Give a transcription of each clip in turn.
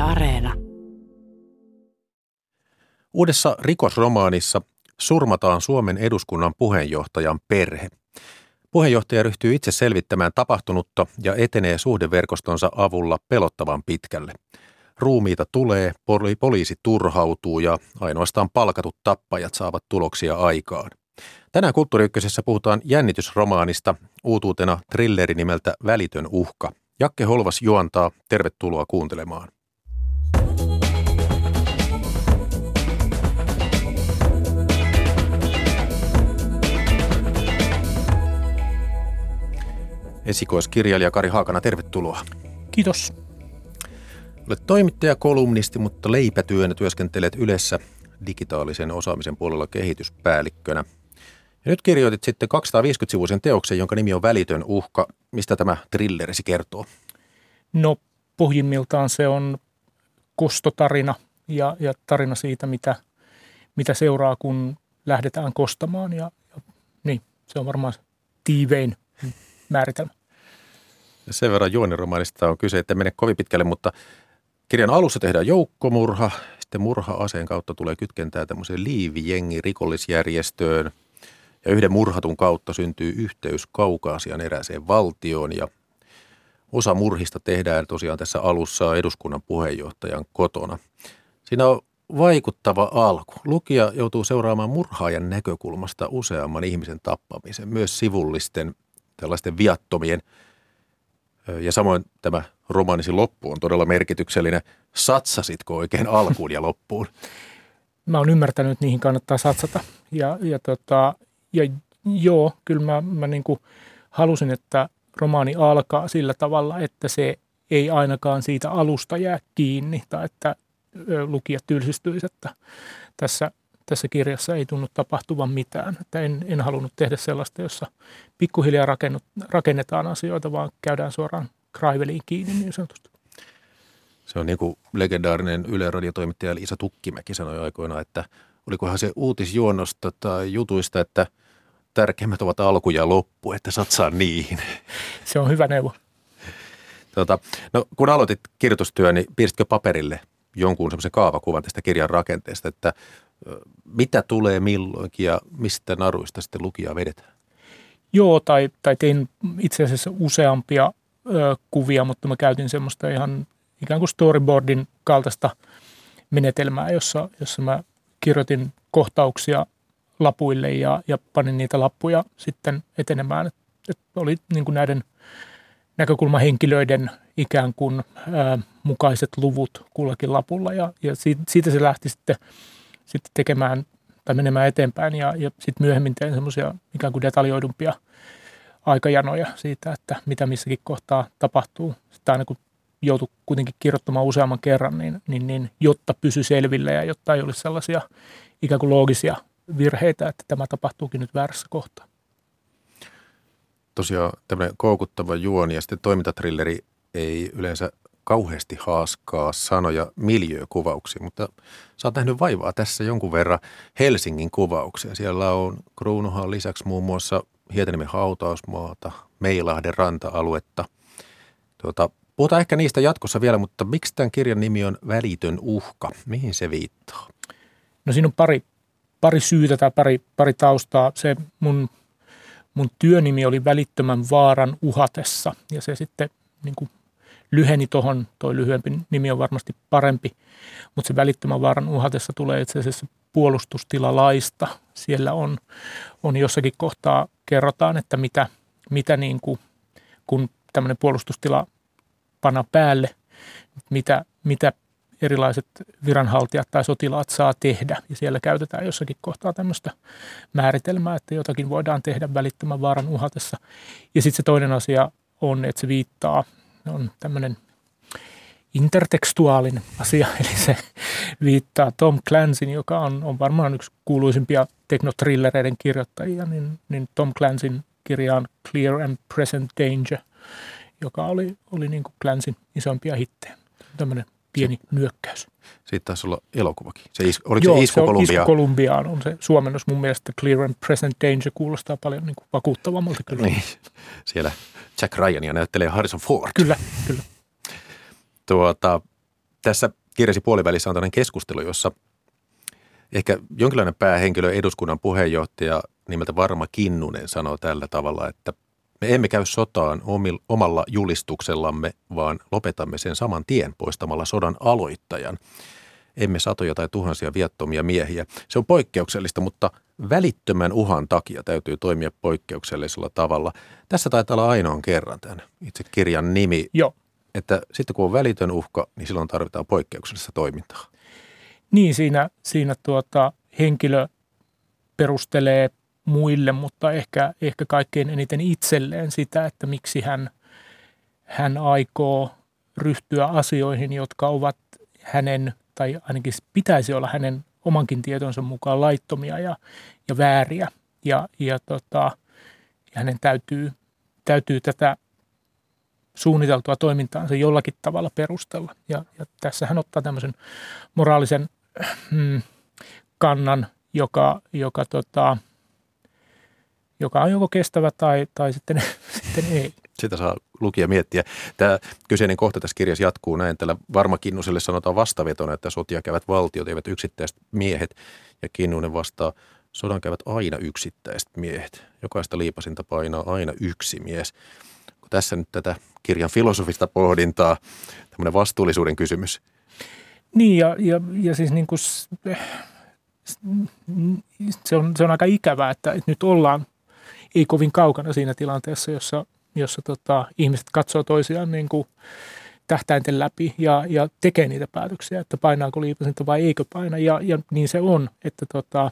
Areena. Uudessa rikosromaanissa surmataan Suomen eduskunnan puheenjohtajan perhe. Puheenjohtaja ryhtyy itse selvittämään tapahtunutta ja etenee suhdeverkostonsa avulla pelottavan pitkälle. Ruumiita tulee, poliisi turhautuu ja ainoastaan palkatut tappajat saavat tuloksia aikaan. Tänään Kulttuuri Ykkösessä puhutaan jännitysromaanista, uutuutena thrilleri nimeltä Välitön uhka. Jakke Holvas juontaa. Tervetuloa kuuntelemaan. Esikoiskirjailija Kari Haakana, tervetuloa. Kiitos. Olet toimittaja, kolumnisti, mutta leipätyönä työskentelet Ylessä digitaalisen osaamisen puolella kehityspäällikkönä. Ja nyt kirjoitit sitten 250-sivuisen teoksen, jonka nimi on Välitön uhka. Mistä tämä thrillerisi kertoo? No pohjimmiltaan se on kostotarina ja tarina siitä, mitä seuraa, kun lähdetään kostamaan. Ja niin, se on varmaan tiivein määritelmä. Sen verran juoniromaanista on kyse, että mene kovin pitkälle, mutta kirjan alussa tehdään joukkomurha. Sitten murha-aseen kautta tulee kytkentää tämmöiseen liivijengi rikollisjärjestöön. Ja yhden murhatun kautta syntyy yhteys Kaukaasian erääseen valtioon. Ja osa murhista tehdään tosiaan tässä alussa eduskunnan puheenjohtajan kotona. Siinä on vaikuttava alku. Lukija joutuu seuraamaan murhaajan näkökulmasta useamman ihmisen tappamisen, myös sivullisten, tällaisten viattomien. Ja samoin tämä romaanisi loppu on todella merkityksellinen. Satsasitko oikein alkuun ja loppuun? Mä oon ymmärtänyt, että niihin kannattaa satsata. Ja joo, kyllä mä niin kuin halusin, että romaani alkaa sillä tavalla, että se ei ainakaan siitä alusta jää kiinni tai että lukijat tylsistyisivät, että tässä kirjassa ei tunnu tapahtuvan mitään. Että en halunnut tehdä sellaista, jossa pikkuhiljaa rakennetaan asioita, vaan käydään suoraan kraiveliin kiinni niin sanotusti. Se on niin kuin legendaarinen Yle radiotoimittaja Liisa Tukkimäki sanoi aikoinaan, että olikohan se uutisjuonnosta tai jutuista, että tärkeimmät ovat alku ja loppu, että satsaa niihin. Se on hyvä neuvo. No, kun aloitit kirjoitustyön, niin piirsitkö paperille jonkun semmoisen kaavakuvan tästä kirjan rakenteesta, että mitä tulee milloinkin ja mistä naruista sitten lukijaa vedetään? Joo, tai tein itse asiassa useampia kuvia, mutta mä käytin semmoista ihan ikään kuin storyboardin kaltaista menetelmää, jossa mä kirjoitin kohtauksia lapuille ja panin niitä lappuja sitten etenemään. Et oli niin kuin näiden näkökulmahenkilöiden ikään kuin mukaiset luvut kullakin lapulla ja siitä se lähti sitten tekemään tai menemään eteenpäin ja sitten myöhemmin tein semmoisia ikään kuin detaljoidumpia aikajanoja siitä, että mitä missäkin kohtaa tapahtuu. Sitten aina kun joutui kuitenkin kirjoittamaan useamman kerran, niin jotta pysy selville ja jotta ei olisi sellaisia ikään kuin loogisia virheitä, että tämä tapahtuukin nyt väärässä kohtaa. Tosiaan tämmöinen koukuttava juoni ja sitten toimintatrilleri ei yleensä kauheasti haaskaa sanoja miljöökuvauksia, mutta sä oot nähnyt vaivaa tässä jonkun verran Helsingin kuvauksia. Siellä on Kruunuhan lisäksi muun muassa Hietaniemen hautausmaata, Meilahden ranta-aluetta. Puhutaan ehkä niistä jatkossa vielä, mutta miksi tämän kirjan nimi on Välitön uhka? Mihin se viittaa? No siinä on pari syytä tai pari taustaa. Se mun työnimi oli Välittömän vaaran uhatessa ja se sitten niin kuin lyheni tuohon, toi lyhyempi nimi on varmasti parempi, mutta se Välittömän vaaran uhatessa tulee itse asiassa puolustustilalaista. Siellä on jossakin kohtaa kerrotaan, että mitä niin kuin, kun tämmöinen puolustustila pana päälle, mitä erilaiset viranhaltijat tai sotilaat saa tehdä. Ja siellä käytetään jossakin kohtaa tämmöistä määritelmää, että jotakin voidaan tehdä välittömän vaaran uhatessa. Ja sitten se toinen asia on, että se viittaa, on tämmöinen intertekstuaalinen asia, eli se viittaa Tom Clancyn, joka on varmaan yksi kuuluisimpia teknotrillereiden kirjoittajia, niin Tom Clancyn kirjaan Clear and Present Danger, joka oli niin kuin Clancyn isompia hittejä. Tämmöinen pieni nyökkäys. Siitä taisi olla elokuvakin. Oliko se Isku Kolumbiaan? Isku Kolumbiaan on se suomennos. Mun mielestä Clear and Present Danger kuulostaa paljon niin kuin vakuuttavammalta. Kyllä. Niin, siellä Jack Ryania näyttelee Harrison Ford. Kyllä. Tässä kirjasi puolivälissä on tällainen keskustelu, jossa ehkä jonkinlainen päähenkilö, eduskunnan puheenjohtaja nimeltä Varma Kinnunen sanoo tällä tavalla, että me emme käy sotaan omalla julistuksellamme, vaan lopetamme sen saman tien poistamalla sodan aloittajan. Emme satoja tai tuhansia viattomia miehiä. Se on poikkeuksellista, mutta välittömän uhan takia täytyy toimia poikkeuksellisella tavalla. Tässä taitaa olla ainoan kerran tämän itse kirjan nimi. Joo. Että sitten kun on välitön uhka, niin silloin tarvitaan poikkeuksellista toimintaa. Niin, siinä henkilö perustelee muille, mutta ehkä kaikkein eniten itselleen sitä, että miksi hän aikoo ryhtyä asioihin, jotka ovat hänen, tai ainakin pitäisi olla hänen omankin tietonsa mukaan laittomia ja vääriä. Ja hänen täytyy tätä suunniteltua toimintaansa jollakin tavalla perustella. Ja tässä hän ottaa tämmöisen moraalisen kannan, joka on joko kestävä tai sitten ei. Sitä saa lukija miettiä. Tämä kyseinen kohta tässä kirjassa jatkuu näin. Tällä Varma Kinnuselle sanotaan vastavetona, että sotia käyvät valtiot, eivät yksittäiset miehet. Ja Kinnunen vastaa, sodan käyvät aina yksittäiset miehet. Jokaista liipasinta painaa aina yksi mies. Kun tässä nyt tätä kirjan filosofista pohdintaa, tämmöinen vastuullisuuden kysymys. Niin ja siis niin kuin se on aika ikävää, että nyt ollaan ei kovin kaukana siinä tilanteessa, jossa ihmiset katsoo toisiaan niin kuin tähtäinten läpi ja tekee niitä päätöksiä, että painaako liipasinta vai eikö paina. Ja niin se on, että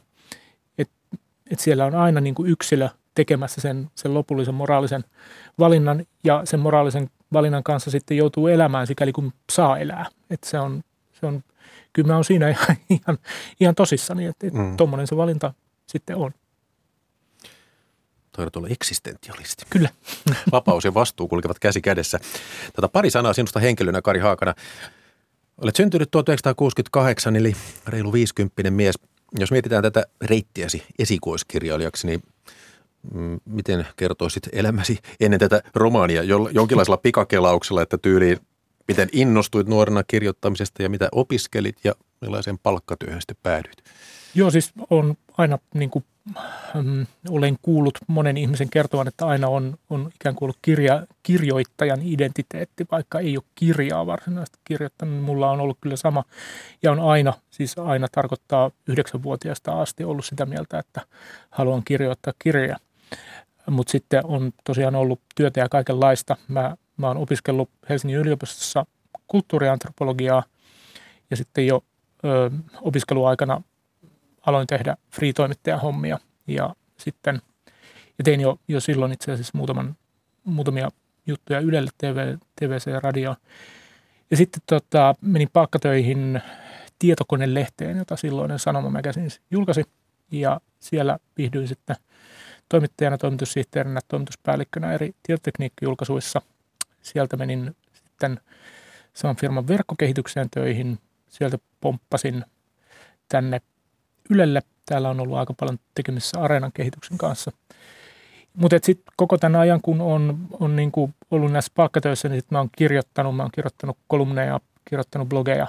siellä on aina niin kuin yksilö tekemässä sen lopullisen moraalisen valinnan ja sen moraalisen valinnan kanssa sitten joutuu elämään sikäli kun saa elää. Että se on kyllä mä oon siinä ihan tosissani, että tommoinen se valinta sitten on. Toivat olla eksistentialisti. Kyllä. Vapaus ja vastuu kulkevat käsi kädessä. Pari sanaa sinusta henkilönä, Kari Haakana. Olet syntynyt 1968, eli reilu 50 mies. Jos mietitään tätä reittiäsi esikoiskirjailijaksi, niin miten kertoisit elämäsi ennen tätä romaania jonkinlaisella pikakelauksella, että tyyliin miten innostuit nuorena kirjoittamisesta ja mitä opiskelit ja millaiseen palkkatyöhön sitten päädyit? Joo, siis on aina niin kuin, olen kuullut monen ihmisen kertovan, että aina on ikään kuin ollut kirjoittajan identiteetti, vaikka ei ole kirjaa varsinaisesti kirjoittanut. Mulla on ollut kyllä sama ja on aina tarkoittaa 9-vuotiaasta asti ollut sitä mieltä, että haluan kirjoittaa kirjaa. Mutta sitten on tosiaan ollut työtä ja kaikenlaista. Mä oon opiskellut Helsingin yliopistossa kulttuuriantropologiaa ja sitten jo opiskeluaikana aloin tehdä free-toimittajan hommia ja tein jo silloin itse asiassa muutamia juttuja Ylelle, TVC ja radioon. Ja sitten menin palkkatöihin tietokonelehteen, jota silloinen Sanoma Magazine julkaisi ja siellä viihdyin sitten toimittajana, toimitussihteerinä, toimituspäällikkönä eri tietotekniikkajulkaisuissa. Sieltä menin sitten saman firman verkkokehitykseen töihin. Sieltä pomppasin tänne Ylelle. Täällä on ollut aika paljon tekemisissä Areenan kehityksen kanssa. Mutta sitten koko tämän ajan, kun on niinku ollut näissä palkkatöissä, niin mä oon kirjoittanut kolumneja, kirjoittanut blogeja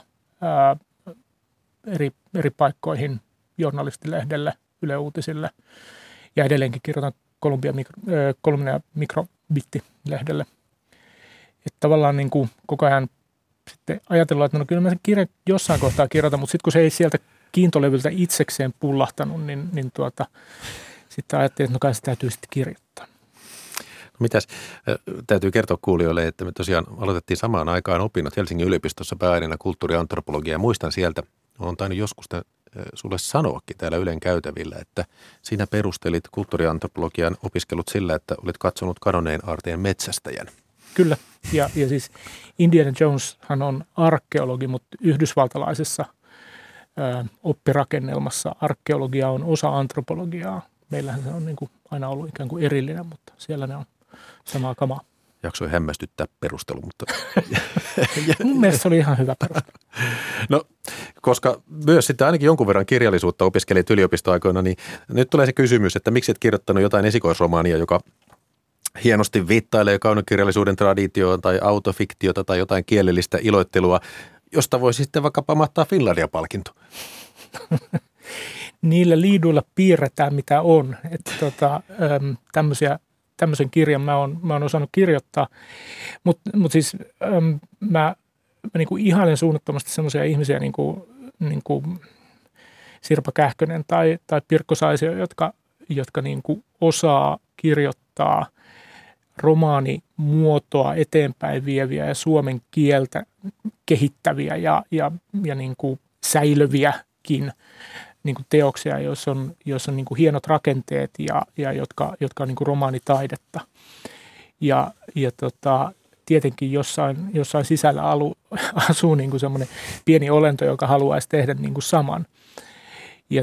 eri paikkoihin, journalistilehdelle, Yle Uutisille. Ja edelleenkin kirjoitan kolumneja Mikrobitti-lehdelle. Että tavallaan niin kuin koko ajan sitten ajatellaan, että no kyllä mä sen kirjan jossain kohtaa kirjoitan, mutta sitten kun se ei sieltä kiintolevyltä itsekseen pullahtanut, niin sitten ajattelin, että no kai se täytyy sitten kirjoittaa. No mitäs, täytyy kertoa kuulijoille, että me tosiaan aloitettiin samaan aikaan opinnot Helsingin yliopistossa pääaineena kulttuuriantropologia. Ja muistan sieltä, olen tainnut joskus sulle sanoakin täällä Ylen käytävillä, että sinä perustelit kulttuuriantropologian opiskelut sillä, että olet katsonut kadonneen aarteen metsästäjän. Kyllä, ja siis Indiana Joneshan on arkeologi, mutta yhdysvaltalaisessa oppirakennelmassa arkeologia on osa antropologiaa. Meillähän se on niin kuin aina ollut ikään kuin erillinen, mutta siellä ne on samaa kamaa. Jaksoi hämmästyttää perustelu, mutta mun mielestä se oli ihan hyvä perustelu. No, koska myös sitten ainakin jonkun verran kirjallisuutta opiskelit yliopistoaikoina, niin nyt tulee se kysymys, että miksi et kirjoittanut jotain esikoisromaania, joka hienosti viittailee kaunokirjallisuuden traditioon tai autofiktiota tai jotain kielellistä iloittelua, josta voisi sitten vaikkapa mahtaa Finlandia-palkinto. Niillä liiduilla piirretään mitä on. Että tämmöisen kirjan mä oon osannut kirjoittaa, mutta siis mä niin kuin ihailen suunnattomasti semmoisia ihmisiä niin kuin Sirpa Kähkönen tai Pirkko Saisio, jotka niin kuin osaa kirjoittaa romaanimuotoa eteenpäin vieviä ja suomen kieltä kehittäviä ja niin kuin säilöviäkin niin kuin teoksia, joissa on niin kuin hienot rakenteet ja jotka on niin kuin romaanitaidetta. Ja tietenkin jossain sisällä asuu niin kuin semmoinen pieni olento, joka haluaisi tehdä niin kuin saman. Ja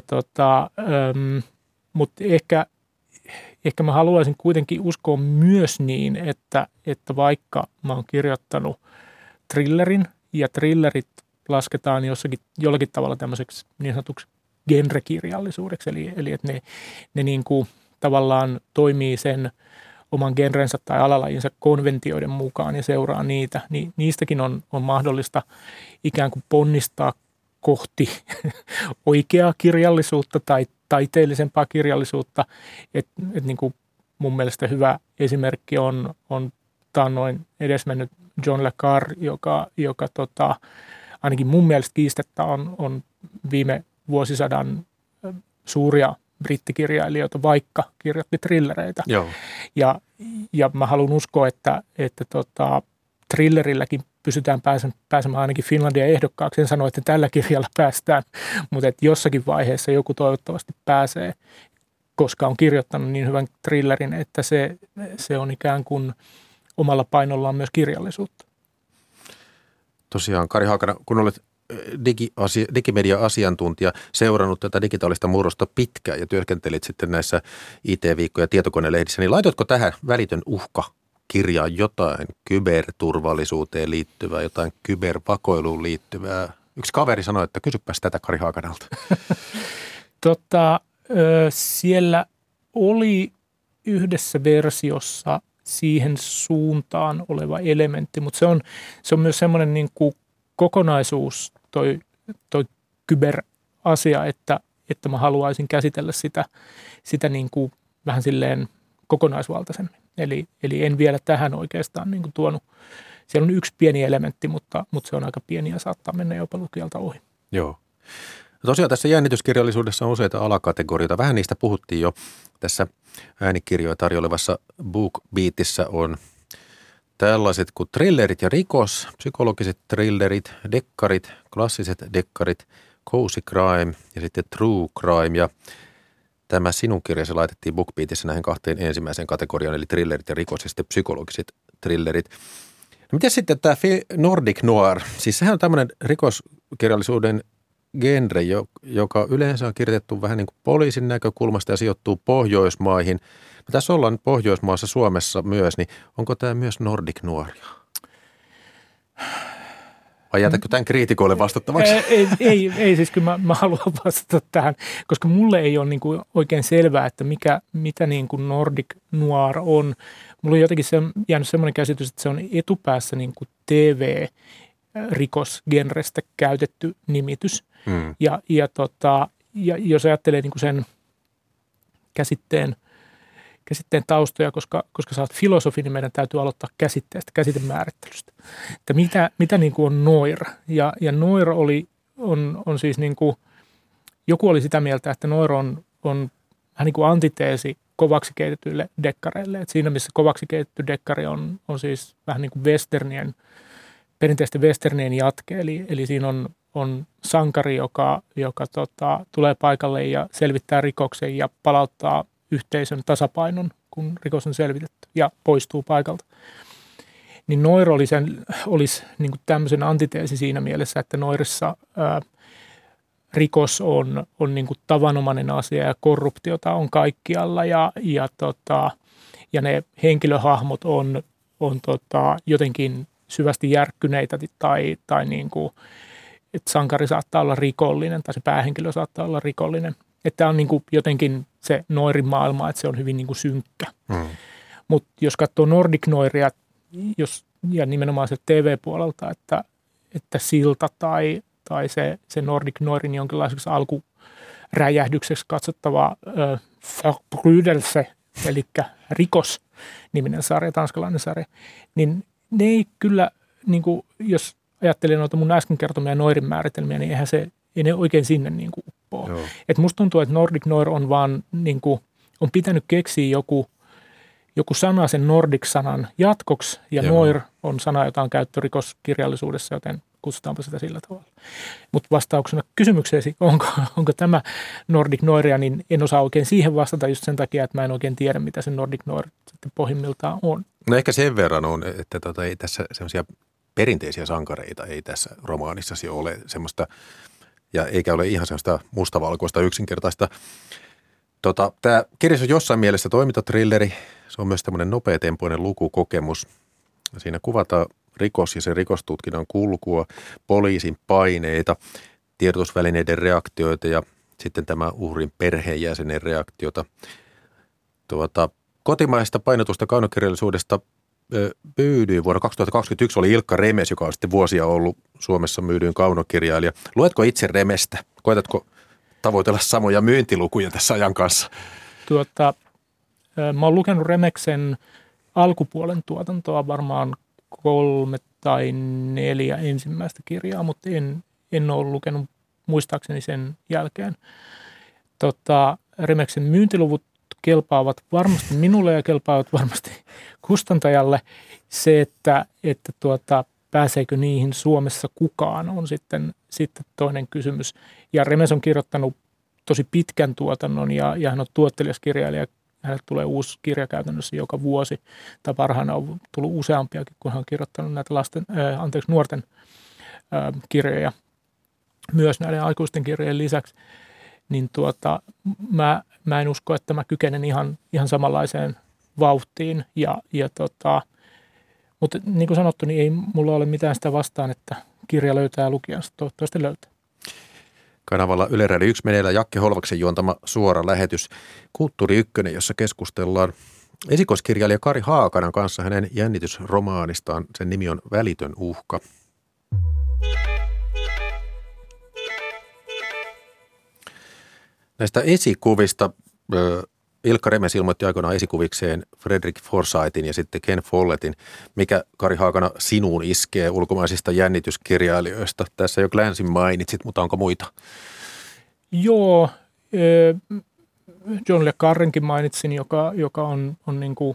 mutta ehkä mä haluaisin kuitenkin uskoa myös niin, että vaikka mä oon kirjoittanut thrillerin ja thrillerit lasketaan jollakin tavalla tämmöiseksi niin sanotuksi genrekirjallisuudeksi, eli että ne niin kuin tavallaan toimii sen oman genrensä tai alalajinsa konventioiden mukaan ja seuraa niitä, niin niistäkin on mahdollista ikään kuin ponnistaa kohti oikeaa kirjallisuutta tai taiteellisempaa kirjallisuutta. Että niin kuin mun mielestä hyvä esimerkki on taannoin edesmennyt John le Carré, joka ainakin mun mielestä kiistettä on viime vuosisadan suuria brittikirjailijoita, vaikka kirjoitti thrillereitä. Joo. Ja mä haluan uskoa, että thrillerilläkin pysytään pääsemään ainakin Finlandia ehdokkaaksi. En sano, että tällä kirjalla päästään, mutta että jossakin vaiheessa joku toivottavasti pääsee, koska on kirjoittanut niin hyvän thrillerin, että se on ikään kuin omalla painollaan myös kirjallisuutta. Tosiaan, Kari Haakana, kun olet digimedia-asiantuntija, seurannut tätä digitaalista murrosta pitkään ja työskentelit sitten näissä IT-viikko- ja tietokonelehdissä, niin laitoitko tähän välitön uhka kirjaan jotain kyberturvallisuuteen liittyvää, jotain kybervakoiluun liittyvää? Yksi kaveri sanoi, että kysypäs tätä Kari Haakanalta. Siellä oli yhdessä versiossa siihen suuntaan oleva elementti, mutta se on myös semmoinen niin kuin kokonaisuus toi kyberasia, että mä haluaisin käsitellä sitä niin kuin vähän silleen kokonaisvaltaisemmin. Eli en vielä tähän oikeastaan niin kuin tuonut. Siellä on yksi pieni elementti, mutta se on aika pieni ja saattaa mennä jopa lukijalta ohi. Joo. No tosiaan tässä jännityskirjallisuudessa on useita alakategorioita. Vähän niistä puhuttiin jo tässä äänikirjoja tarjoilevassa BookBeatissä on tällaiset kuin thrillerit ja rikos, psykologiset thrillerit, dekkarit, klassiset dekkarit, cozy crime ja sitten true crime. Ja tämä sinun kirjasi laitettiin BookBeatissä näihin kahteen ensimmäiseen kategoriaan, eli thrillerit ja rikos ja sitten psykologiset thrillerit. No miten sitten tämä Nordic Noir? Siis sehän on tämmöinen rikoskirjallisuuden genre, joka yleensä on kirjoitettu vähän niin kuin poliisin näkökulmasta ja sijoittuu Pohjoismaihin. No tässä ollaan Pohjoismaassa, Suomessa myös, niin onko tämä myös Nordic Noiria? Vai jätätkö tämän kriitikoille vastattavaksi? Ei siis kyllä mä haluan vastata tähän, koska mulle ei ole niin kuin oikein selvää, että mitä niin kuin Nordic Noir on. Mulla on jotenkin jäänyt semmoinen käsitys, että se on etupäässä niin kuin TV-rikosgenrestä käytetty nimitys. Ja jos ajattelee niin kuin sen käsitteen taustoja, koska sä oot filosofi, niin meidän täytyy aloittaa käsitemäärittelystä. Että mitä niin kuin on noir? Ja noir on siis niin kuin, joku oli sitä mieltä, että noir on vähän niin kuin antiteesi kovaksi keitetyille dekkareille. Että siinä missä kovaksi keitetty dekkari on siis vähän niin kuin perinteisten westernien jatke. Eli siinä on sankari, joka tulee paikalle ja selvittää rikoksen ja palauttaa yhteisön tasapainon, kun rikos on selvitetty ja poistuu paikalta. Niin noir olisi niin kuin tämmöisen antiteesi siinä mielessä, että noirissa rikos on niin kuin tavanomainen asia ja korruptiota on kaikkialla ja ne henkilöhahmot on jotenkin syvästi järkkyneitä tai niin kuin, että sankari saattaa olla rikollinen tai se päähenkilö saattaa olla rikollinen. Että on niin kuin jotenkin se noirin maailma, että se on hyvin niin kuin synkkä. Mutta jos katsoo Nordic Noiria, ja nimenomaan se TV-puolelta, että että silta tai se Nordic Noirin jonkinlaiseksi alkuräjähdykseksi katsottava Förbrytelse, eli Rikos-niminen sarja, tanskalainen sarja, niin ne ei kyllä, niin kuin, jos ajattelee noita mun äsken kertomia Noirin määritelmiä, niin ei ne oikein sinne niin kuin uppoa. Et musta tuntuu, että Nordic Noir on vaan, niin kuin, on pitänyt keksiä joku sana sen Nordic-sanan jatkoksi, ja Noir on sana, jota on käytetty rikoskirjallisuudessa, joten kutsutaanpa sitä sillä tavalla. Mutta vastauksena kysymykseesi, onko tämä Nordic Noiria, niin en osaa oikein siihen vastata just sen takia, että mä en oikein tiedä, mitä se Nordic Noir sitten pohjimmiltaan on. No ehkä sen verran on, että ei tässä semmoisia perinteisiä sankareita ei tässä romaanissasi ole semmoista, ja eikä ole ihan semmoista mustavalkoista yksinkertaista. Tämä kirja on jossain mielessä toimintatrilleri. Se on myös tämmöinen nopeatempoinen lukukokemus. Siinä kuvataan rikos ja sen rikostutkinnan kulkua, poliisin paineita, tiedotusvälineiden reaktioita ja sitten tämä uhrin perheenjäsenen reaktiota. Kotimaista painotusta kaunokirjallisuudesta myydyin vuonna 2021 oli Ilkka Remes, joka on sitten vuosia ollut Suomessa myydyin kaunokirjailija. Luetko itse Remestä? Koetatko tavoitella samoja myyntilukuja tässä ajan kanssa? Mä oon lukenut Remeksen alkupuolen tuotantoa varmaan 3 tai 4 ensimmäistä kirjaa, mutta en ole lukenut muistaakseni sen jälkeen. Remeksen myyntiluvut kelpaavat varmasti minulle ja kelpaavat varmasti kustantajalle. Se, että pääseekö niihin Suomessa kukaan, on sitten toinen kysymys. Ja Remes on kirjoittanut tosi pitkän tuotannon ja hän on tuottelijaskirjailija. Hänelle tulee uusi kirja käytännössä joka vuosi. Tai parhaana on tullut useampiakin, kun hän on kirjoittanut näitä nuorten kirjoja myös näiden aikuisten kirjojen lisäksi. Niin mä en usko, että mä kykenen ihan samanlaiseen vauhtiin. Mutta niin kuin sanottu, niin ei mulla ole mitään sitä vastaan, että kirja löytää lukijansa. Toivottavasti löytää. Kanavalla Yle Radio 1 meneillään Jakke Holvaksen juontama suora lähetys Kulttuuri Ykkönen, jossa keskustellaan esikoiskirjailija Kari Haakanan kanssa hänen jännitysromaanistaan. Sen nimi on Välitön uhka. Näistä esikuvista Ilkka Remes ilmoitti aikoinaan esikuvikseen Frederick Forsythin ja sitten Ken Follettin. Mikä, Kari Haakana, sinuun iskee ulkomaisista jännityskirjailijoista? Tässä jo Glansin mainitsit, mutta onko muita? Joo, John le Carrenkin mainitsin, joka on niin kuin,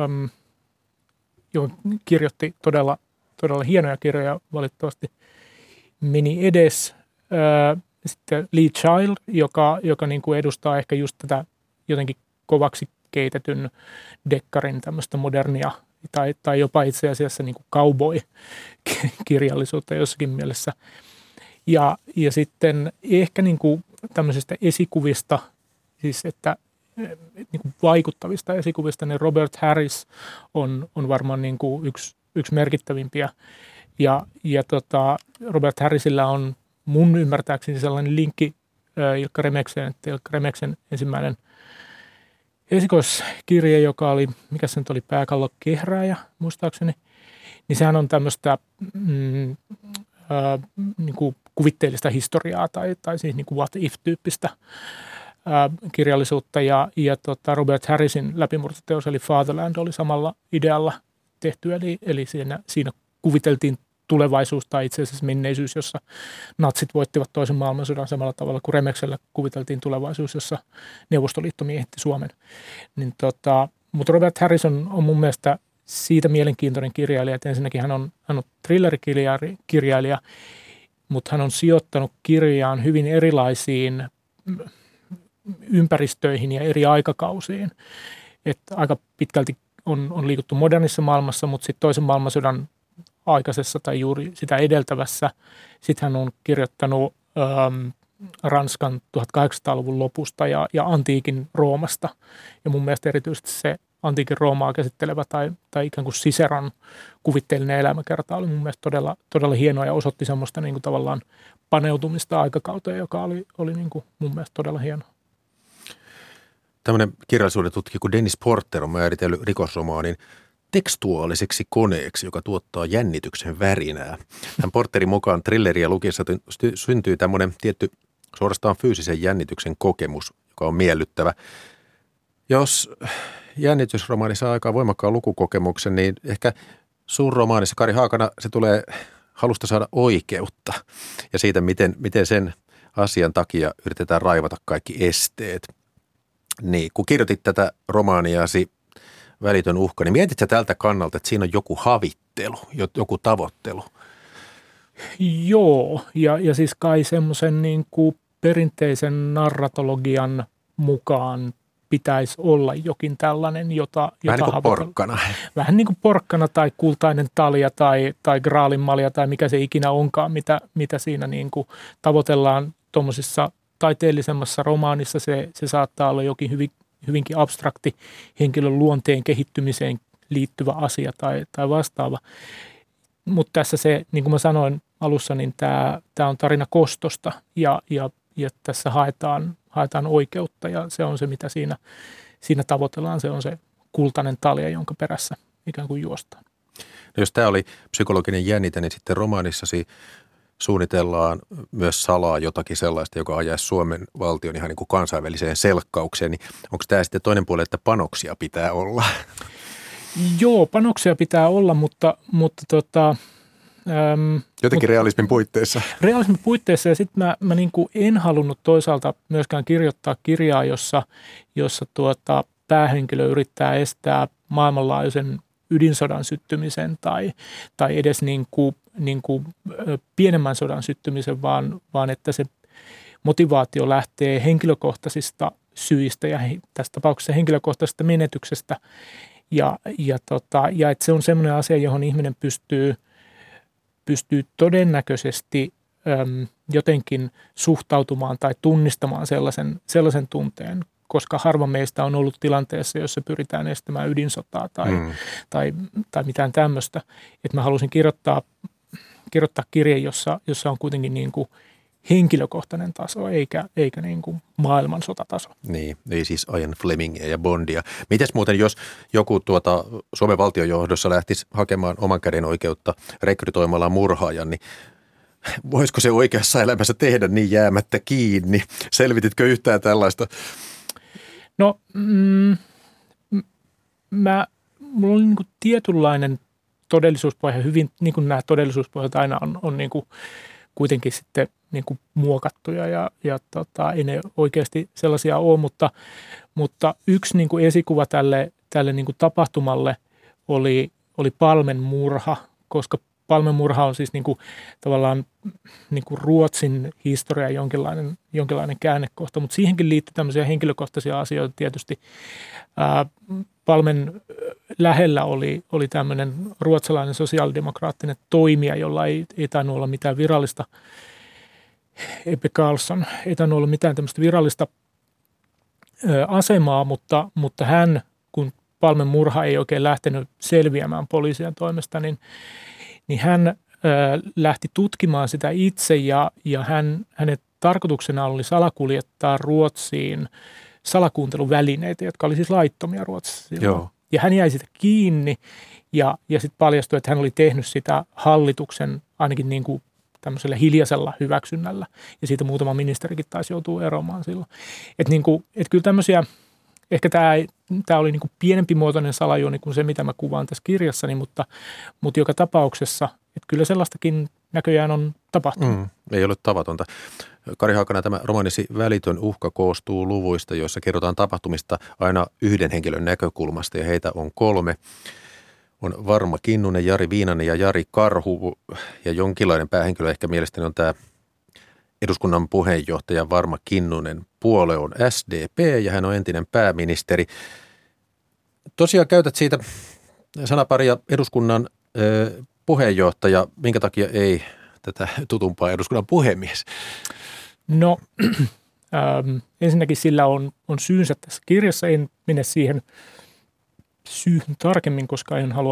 kirjoitti todella hienoja kirjoja, valitettavasti meni edes. Sitten Lee Child, joka niin kuin edustaa ehkä just tätä jotenkin kovaksi keitetyn dekkarin tämmöistä modernia tai jopa itse asiassa niin kuin cowboy-kirjallisuutta jossakin mielessä. Ja sitten ehkä niin kuin tämmöisistä esikuvista, siis että niin kuin vaikuttavista esikuvista, niin Robert Harris on varmaan niin kuin yksi merkittävimpiä. Ja Robert Harrisilla on mun ymmärtääkseni sellainen linkki Ilkka Remekseen, että Ilkka Remeksen ensimmäinen esikoiskirja, joka oli, mikä se nyt oli, Pääkallo kehrääjä, muistaakseni, niin sehän on tämmöistä niin kuin kuvitteellista historiaa tai siis niin kuin what if-tyyppistä kirjallisuutta. Ja Robert Harrisin läpimurtoteos eli Fatherland oli samalla idealla tehty, eli siinä kuviteltiin tulevaisuus tai itse asiassa menneisyys, jossa natsit voittivat toisen maailmansodan samalla tavalla kuin Remeksellä kuviteltiin tulevaisuus, jossa Neuvostoliitto miehitti Suomen. Niin mutta Robert Harris on mun mielestä siitä mielenkiintoinen kirjailija, että ensinnäkin hän on thrillerikirjailija, mutta hän on sijoittanut kirjaan hyvin erilaisiin ympäristöihin ja eri aikakausiin. Että aika pitkälti on liikuttu modernissa maailmassa, mutta sitten toisen maailmansodan aikaisessa tai juuri sitä edeltävässä. Sitten hän on kirjoittanut Ranskan 1800-luvun lopusta ja antiikin Roomasta. Ja mun mielestä erityisesti se antiikin Roomaa käsittelevä tai ikään kuin Ciceron kuvitteellinen elämäkerta oli mun mielestä todella hienoa ja osoitti semmoista niin kuin tavallaan paneutumista aikakauteen, joka oli niin kuin mun mielestä todella hienoa. Tämmöinen kirjallisuuden tutkija kuin Dennis Porter on määritellyt rikosromaanin tekstuaaliseksi koneeksi, joka tuottaa jännityksen värinää. Tämän Porterin mukaan thrilleriä lukiessa syntyy tämmöinen tietty suorastaan fyysisen jännityksen kokemus, joka on miellyttävä. Jos jännitysromaani saa aikaan voimakkaan lukukokemuksen, niin ehkä suurromaanissa Kari Haakana se tulee halusta saada oikeutta ja siitä, miten sen asian takia yritetään raivata kaikki esteet. Niin, kun kirjoitit tätä romaaniasi Välitön uhka, niin mietitkö tältä kannalta, että siinä on joku havittelu, joku tavoittelu? Joo, ja siis kai semmoisen niin kuin perinteisen narratologian mukaan pitäisi olla jokin tällainen, jota vähän niin kuin porkkana. Vähän niin kuin porkkana tai kultainen talja tai graalinmalja tai mikä se ikinä onkaan, mitä siinä niin kuin tavoitellaan tuommoisessa taiteellisemmassa romaanissa. Se saattaa olla jokin hyvinkin abstrakti henkilön luonteen kehittymiseen liittyvä asia tai vastaava. Mutta tässä se, niin kuin mä sanoin alussa, niin tämä on tarina kostosta ja tässä haetaan oikeutta ja se on se, mitä siinä tavoitellaan. Se on se kultainen talja, jonka perässä ikään kuin juostaan. No jos tämä oli psykologinen jännite, niin sitten romaanissasi suunnitellaan myös salaa jotakin sellaista, joka ajaisi Suomen valtion ihan niin kuin kansainväliseen selkkaukseen. Niin onko tämä sitten toinen puoli, että panoksia pitää olla? Joo, panoksia pitää olla, mutta jotenkin realismin puitteissa. Realismin puitteissa ja sitten mä niin kuin en halunnut toisaalta myöskään kirjoittaa kirjaa, jossa päähenkilö yrittää estää maailmanlaajuisen ydinsodan syttymisen tai edes niin kuin pienemmän sodan syttymisen, vaan että se motivaatio lähtee henkilökohtaisista syistä ja tässä tapauksessa henkilökohtaisesta menetyksestä ja että se on semmoinen asia, johon ihminen pystyy todennäköisesti jotenkin suhtautumaan tai tunnistamaan sellaisen tunteen, koska harva meistä on ollut tilanteessa, jossa pyritään estämään ydinsotaa tai mitään tämmöistä. Että mä halusin kirjoittaa kirjan, jossa on kuitenkin niin kuin henkilökohtainen taso, eikä niin kuin maailmansotataso. Niin, ei siis Ian Flemingia ja Bondia. Mites muuten, jos joku Suomen valtionjohdossa lähtisi hakemaan oman käden oikeutta rekrytoimalla murhaajan, niin voisiko se oikeassa elämässä tehdä niin jäämättä kiinni? Selvititkö yhtään tällaista? No, mulla oli niin kuin tietynlainen todellisuuspohja, hyvin niin kuin nämä todellisuuspohjat aina on niin kuin kuitenkin sitten niin kuin muokattuja ja ei ne oikeasti sellaisia ole, mutta yksi niin kuin esikuva tälle niin kuin tapahtumalle oli Palmen murha, koska Palmen murha on siis niin kuin, tavallaan niin kuin Ruotsin historia jonkinlainen käännekohta, mutta siihenkin liittyy tämmöisiä henkilökohtaisia asioita tietysti. Palmen lähellä oli tämmöinen ruotsalainen sosiaalidemokraattinen toimija, jolla ei tainnut olla mitään virallista, Ebbe Carlsson, ei tainnut olla mitään tämmöistä virallista asemaa, mutta hän, kun Palmen murha ei oikein lähtenyt selviämään poliisien toimesta, niin hän lähti tutkimaan sitä itse ja hänen tarkoituksena oli salakuljettaa Ruotsiin salakuunteluvälineitä, jotka oli siis laittomia Ruotsissa silloin. Joo. Ja hän jäi sitä kiinni ja sitten paljastui, että hän oli tehnyt sitä hallituksen ainakin niin kuin tämmöisellä hiljaisella hyväksynnällä. Ja siitä muutama ministerikin taisi joutua eroamaan silloin. Että kyllä tämmöisiä, ehkä tämä oli niin kuin pienempi muotoinen salajuoni kuin se, mitä mä kuvaan tässä kirjassani, mutta joka tapauksessa, että kyllä sellaistakin näköjään on tapahtunut. Ei ole tavatonta. Kari Haakana, tämä romaanisi Välitön uhka koostuu luvuista, joissa kerrotaan tapahtumista aina yhden henkilön näkökulmasta ja heitä on 3. On Varma Kinnunen, Jari Viinanen ja Jari Karhu ja jonkinlainen päähenkilö ehkä mielestäni on tämä eduskunnan puheenjohtaja Varma Kinnunen. Puolue on SDP ja hän on entinen pääministeri. Tosiaan käytät siitä sanaparia eduskunnan puheenjohtaja. Minkä takia ei tätä tutumpaa eduskunnan puhemies? No ensinnäkin sillä on syynsä tässä kirjassa. En mene siihen syyhyn tarkemmin, koska en halua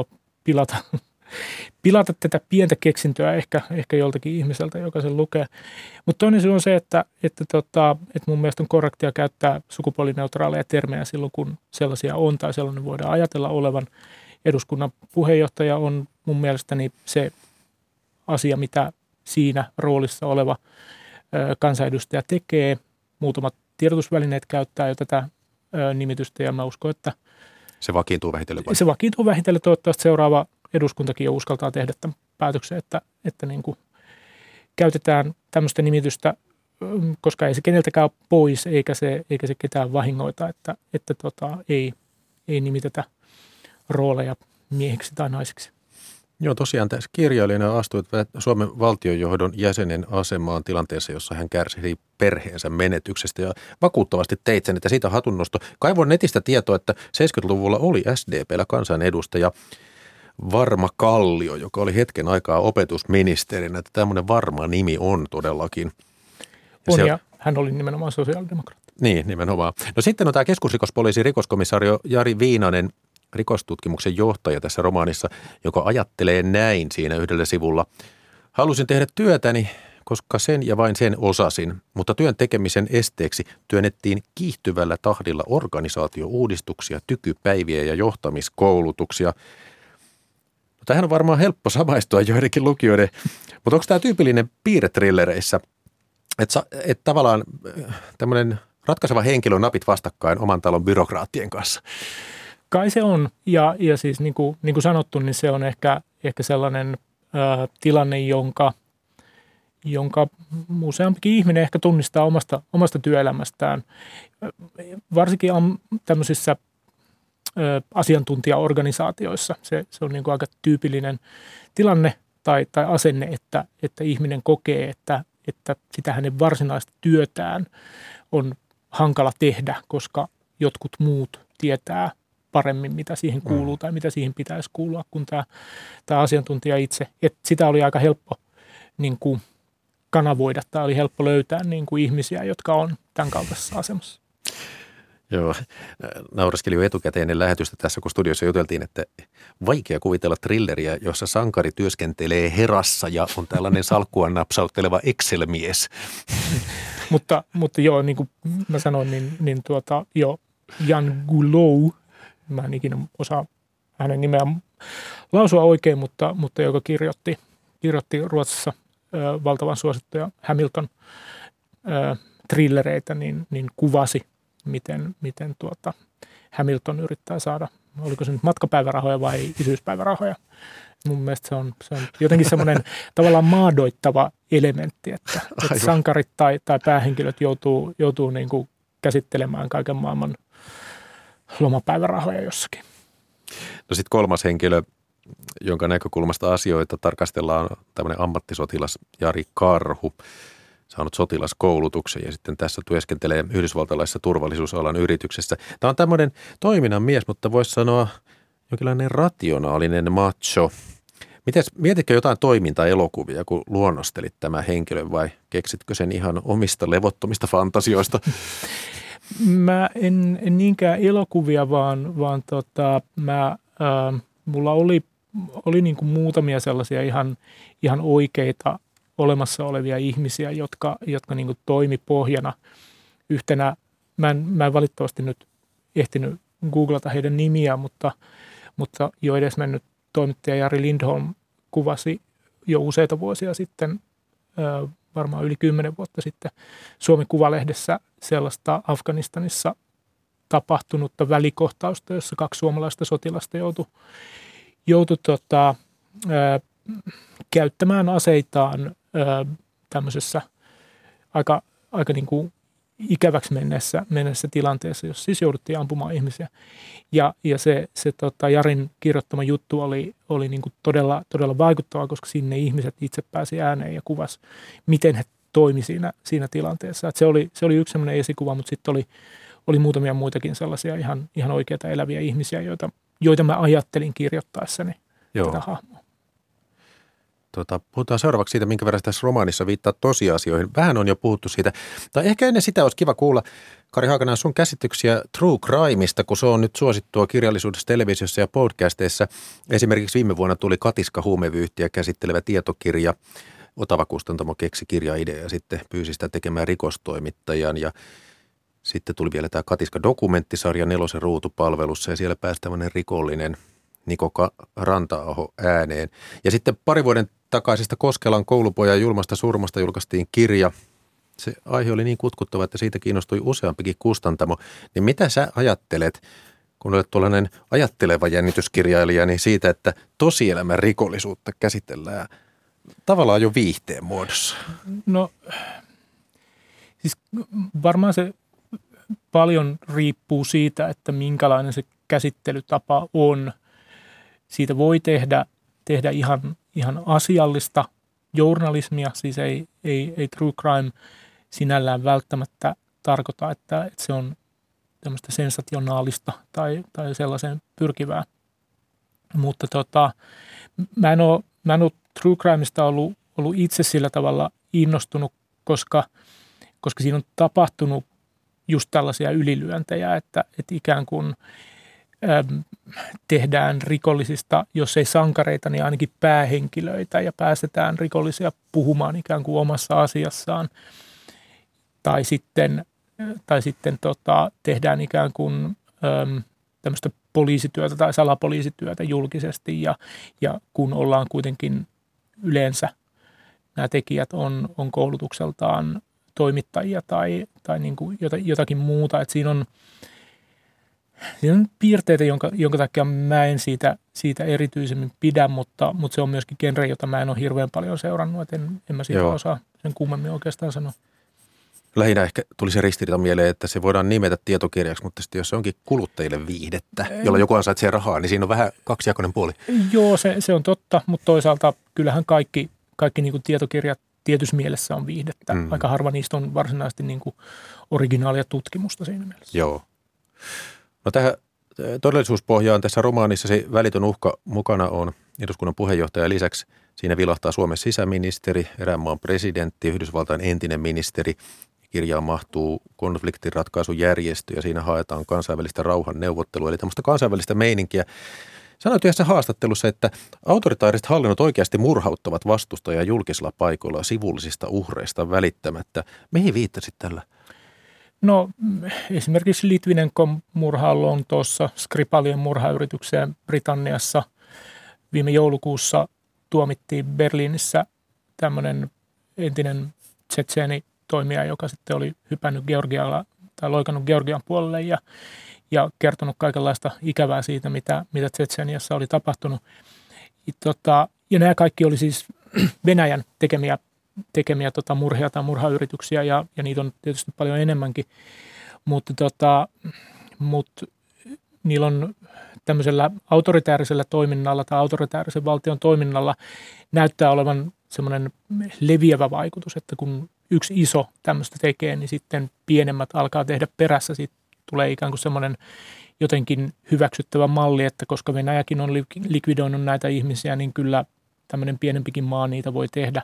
pilata tätä pientä keksintöä ehkä joltakin ihmiseltä, joka sen lukee. Mutta toinen syy on se, että mun mielestä on korrektia käyttää sukupuolineutraaleja termejä silloin, kun sellaisia on tai sellainen voidaan ajatella olevan. eduskunnan puheenjohtaja on mun mielestäni se asia, mitä siinä roolissa oleva kansanedustaja tekee. Muutamat tiedotusvälineet käyttää jo tätä nimitystä ja mä uskon, että se vakiintuu vähitellen vai? Se vakiintuu vähitellen. Toivottavasti seuraava eduskuntakin jo uskaltaa tehdä tämän päätöksen, että niin kuin käytetään tämmöistä nimitystä, koska ei se keneltäkään ole pois eikä se ketään vahingoita, että ei nimitetä rooleja miehiksi tai naisiksi. Joo, tosiaan tässä kirjailijana astuit Suomen valtionjohdon jäsenen asemaan tilanteessa, jossa hän kärsi perheensä menetyksestä ja vakuuttavasti teit sen, että siitä hatunnosto. Kaivoin netistä tietoa, että 70-luvulla oli SDP:llä kansanedustaja Varma Kallio, joka oli hetken aikaa opetusministerinä, että tämmöinen Varma nimi on todellakin. Ja hän oli nimenomaan sosiaalidemokraatti. Niin, nimenomaan. No sitten on tämä keskusrikospoliisin rikoskomissario Jari Viinanen, rikostutkimuksen johtaja tässä romaanissa, joka ajattelee näin siinä yhdellä sivulla. Halusin tehdä työtäni, koska sen ja vain sen osasin, mutta työn tekemisen esteeksi työnnettiin kiihtyvällä tahdilla organisaatiouudistuksia, tykypäiviä ja johtamiskoulutuksia. No, tähän on varmaan helppo samaistua joidenkin lukijoiden, mutta onko tämä tyypillinen piirre thrillereissä, että tavallaan tämmöinen ratkaiseva henkilö on napit vastakkain oman talon byrokraattien kanssa? Kai se on, ja siis niin kuin sanottu, niin se on ehkä sellainen tilanne, jonka useampikin ihminen ehkä tunnistaa omasta työelämästään. Varsinkin tämmöisissä asiantuntijaorganisaatioissa se on niin kuin aika tyypillinen tilanne tai asenne, että ihminen kokee, että sitä hänen varsinaista työtään on hankala tehdä, koska jotkut muut tietää paremmin, mitä siihen kuuluu tai mitä siihen pitäisi kuulua kuin tämä asiantuntija itse. Että sitä oli aika helppo niin kuin kanavoida tai oli helppo löytää niin kuin ihmisiä, jotka on tämän kaltaisessa asemassa. Joo, nauraskelin jo etukäteen ennen lähetystä tässä, kun studiossa juteltiin, että vaikea kuvitella thrilleriä, jossa sankari työskentelee herassa ja on tällainen salkkua napsautteleva Excel-mies. mutta joo, niin kuin mä sanoin, niin Jan Guillou, mä en ikinä osaa hänen nimeään lausua oikein, mutta joka kirjoitti Ruotsissa valtavan suosittuja Hamilton thrillereitä, niin kuvasi, miten Hamilton yrittää saada, oliko se nyt matkapäivärahoja vai isyyspäivärahoja. Mun mielestä se on jotenkin semmoinen tavallaan maadoittava elementti, että sankarit tai päähenkilöt joutuu niin kuin käsittelemään kaiken maailman lomapäivärahoja jossakin. No sitten kolmas henkilö, jonka näkökulmasta asioita tarkastellaan, tämmöinen ammattisotilas Jari Karhu, saanut sotilaskoulutuksen ja sitten tässä työskentelee yhdysvaltalaisessa turvallisuusalan yrityksessä. Tämä on tämmöinen toiminnan mies, mutta voisi sanoa jonkinlainen rationaalinen macho. Mietitkö jotain toimintaelokuvia, kun luonnostelit tämän henkilön vai keksitkö sen ihan omista levottomista fantasioista? Mä en niinkään elokuvia, vaan mulla oli niin kuin muutamia sellaisia ihan oikeita olemassa olevia ihmisiä, jotka niin kuin toimi pohjana yhtenä. Mä en valitettavasti nyt ehtinyt googlata heidän nimiä, mutta jo edesmennyt toimittaja Jari Lindholm kuvasi jo useita vuosia sitten, varmaan yli 10 vuotta sitten, Suomen Kuvalehdessä sellaista Afganistanissa tapahtunutta välikohtausta, jossa 2 suomalaista sotilasta joutui käyttämään aseitaan tämmöisessä aika niin kuin ikäväksi mennessä tilanteessa, jossa siis jouduttiin ampumaan ihmisiä. Ja se Jarin kirjoittama juttu oli niin kuin todella vaikuttava, koska sinne ihmiset itse pääsi ääneen ja kuvasi, miten he toimi siinä tilanteessa. Että se oli yksi sellainen esikuva, mutta sitten oli muutamia muitakin sellaisia ihan oikeita eläviä ihmisiä, joita mä ajattelin kirjoittaessani tätä hahmoa. Puhutaan seuraavaksi siitä, minkä verran tässä romaanissa viittaa tosiasioihin. Vähän on jo puhuttu siitä. Tai ehkä ennen sitä olisi kiva kuulla, Kari Haakanen, sun käsityksiä true crimeista, kun se on nyt suosittua kirjallisuudessa, televisiossa ja podcasteissa. Esimerkiksi viime vuonna tuli Katiska huumevyyhtiä käsittelevä tietokirja. Otava Kustantamo keksi kirjaidea ja sitten pyysi sitä tekemään rikostoimittajan. Ja sitten tuli vielä tämä Katiska dokumenttisarja 4 ruutupalvelussa ja siellä pääsi tämmöinen rikollinen Niko Ranta-aho ääneen. Ja sitten pari vuoden takaisesta Koskelan koulupojan julmasta surmasta julkaistiin kirja. Se aihe oli niin kutkuttava, että siitä kiinnostui useampikin kustantamo. Niin mitä sä ajattelet, kun olet tuollainen ajatteleva jännityskirjailija, niin siitä, että tosielämän rikollisuutta käsitellään tavallaan jo viihteen muodossa? No siis varmaan se paljon riippuu siitä, että minkälainen se käsittelytapa on. Siitä voi tehdä ihan asiallista journalismia, siis ei true crime sinällään välttämättä tarkoita, että se on tämmöistä sensationaalista tai sellaiseen pyrkivää. Mutta mä en ole true crimeista ollut itse sillä tavalla innostunut, koska siinä on tapahtunut just tällaisia ylilyöntejä, että ikään kuin tehdään rikollisista, jos ei sankareita, niin ainakin päähenkilöitä ja päästetään rikollisia puhumaan ikään kuin omassa asiassaan. Tai sitten tehdään ikään kuin tämmöistä poliisityötä tai salapoliisityötä julkisesti ja kun ollaan kuitenkin yleensä nämä tekijät on koulutukseltaan toimittajia tai niin kuin jotakin muuta, että siinä on piirteitä, jonka takia mä en siitä erityisemmin pidä, mutta se on myöskin genre, jota mä en ole hirveän paljon seurannut, että en mä siitä osaa sen kummemmin oikeastaan sanoa. Lähinnä ehkä tuli se ristiriita mieleen, että se voidaan nimetä tietokirjaksi, mutta sitten jos se onkin kuluttajille viihdettä, jolla joku ansaitsee rahaa, niin siinä on vähän kaksijakoinen puoli. Joo, se on totta, mutta toisaalta kyllähän kaikki niin kuin tietokirjat tietyssä mielessä on viihdettä. Aika harva niistä on varsinaisesti niin kuin originaalia tutkimusta siinä mielessä. Joo. No tähän todellisuuspohjaan tässä romaanissa se välitön uhka mukana on eduskunnan puheenjohtaja. Lisäksi siinä vilahtaa Suomen sisäministeri, erään maan presidentti, Yhdysvaltain entinen ministeri. Kirjaan mahtuu konfliktinratkaisujärjestö ja siinä haetaan kansainvälistä rauhan neuvottelua, eli tämmöistä kansainvälistä meininkiä. Sanoit yhdessä haastattelussa, että autoritaariset hallinnot oikeasti murhauttavat vastustajia julkisilla paikoilla sivullisista uhreista välittämättä. Mihin viittasit tällä? No esimerkiksi Litvinenkon murha Lontoossa, Skripalien murhayritykseen Britanniassa. Viime joulukuussa tuomittiin Berliinissä tämmöinen entinen tsetseeni toimija, joka sitten oli hypännyt Georgialla tai loikannut Georgian puolelle ja kertonut kaikenlaista ikävää siitä, mitä Tsetseeniassa oli tapahtunut. Ja nämä kaikki oli siis Venäjän tekemiä murhia tai murhayrityksiä ja niitä on tietysti paljon enemmänkin, mutta niillä on tämmöisellä autoritäärisellä toiminnalla tai autoritäärisen valtion toiminnalla näyttää olevan semmoinen leviävä vaikutus, että kun yksi iso tämmöistä tekee, niin sitten pienemmät alkaa tehdä perässä. Siitä tulee ikään kuin semmoinen jotenkin hyväksyttävä malli, että koska Venäjäkin on likvidoinut näitä ihmisiä, niin kyllä tämmöinen pienempikin maa niitä voi tehdä.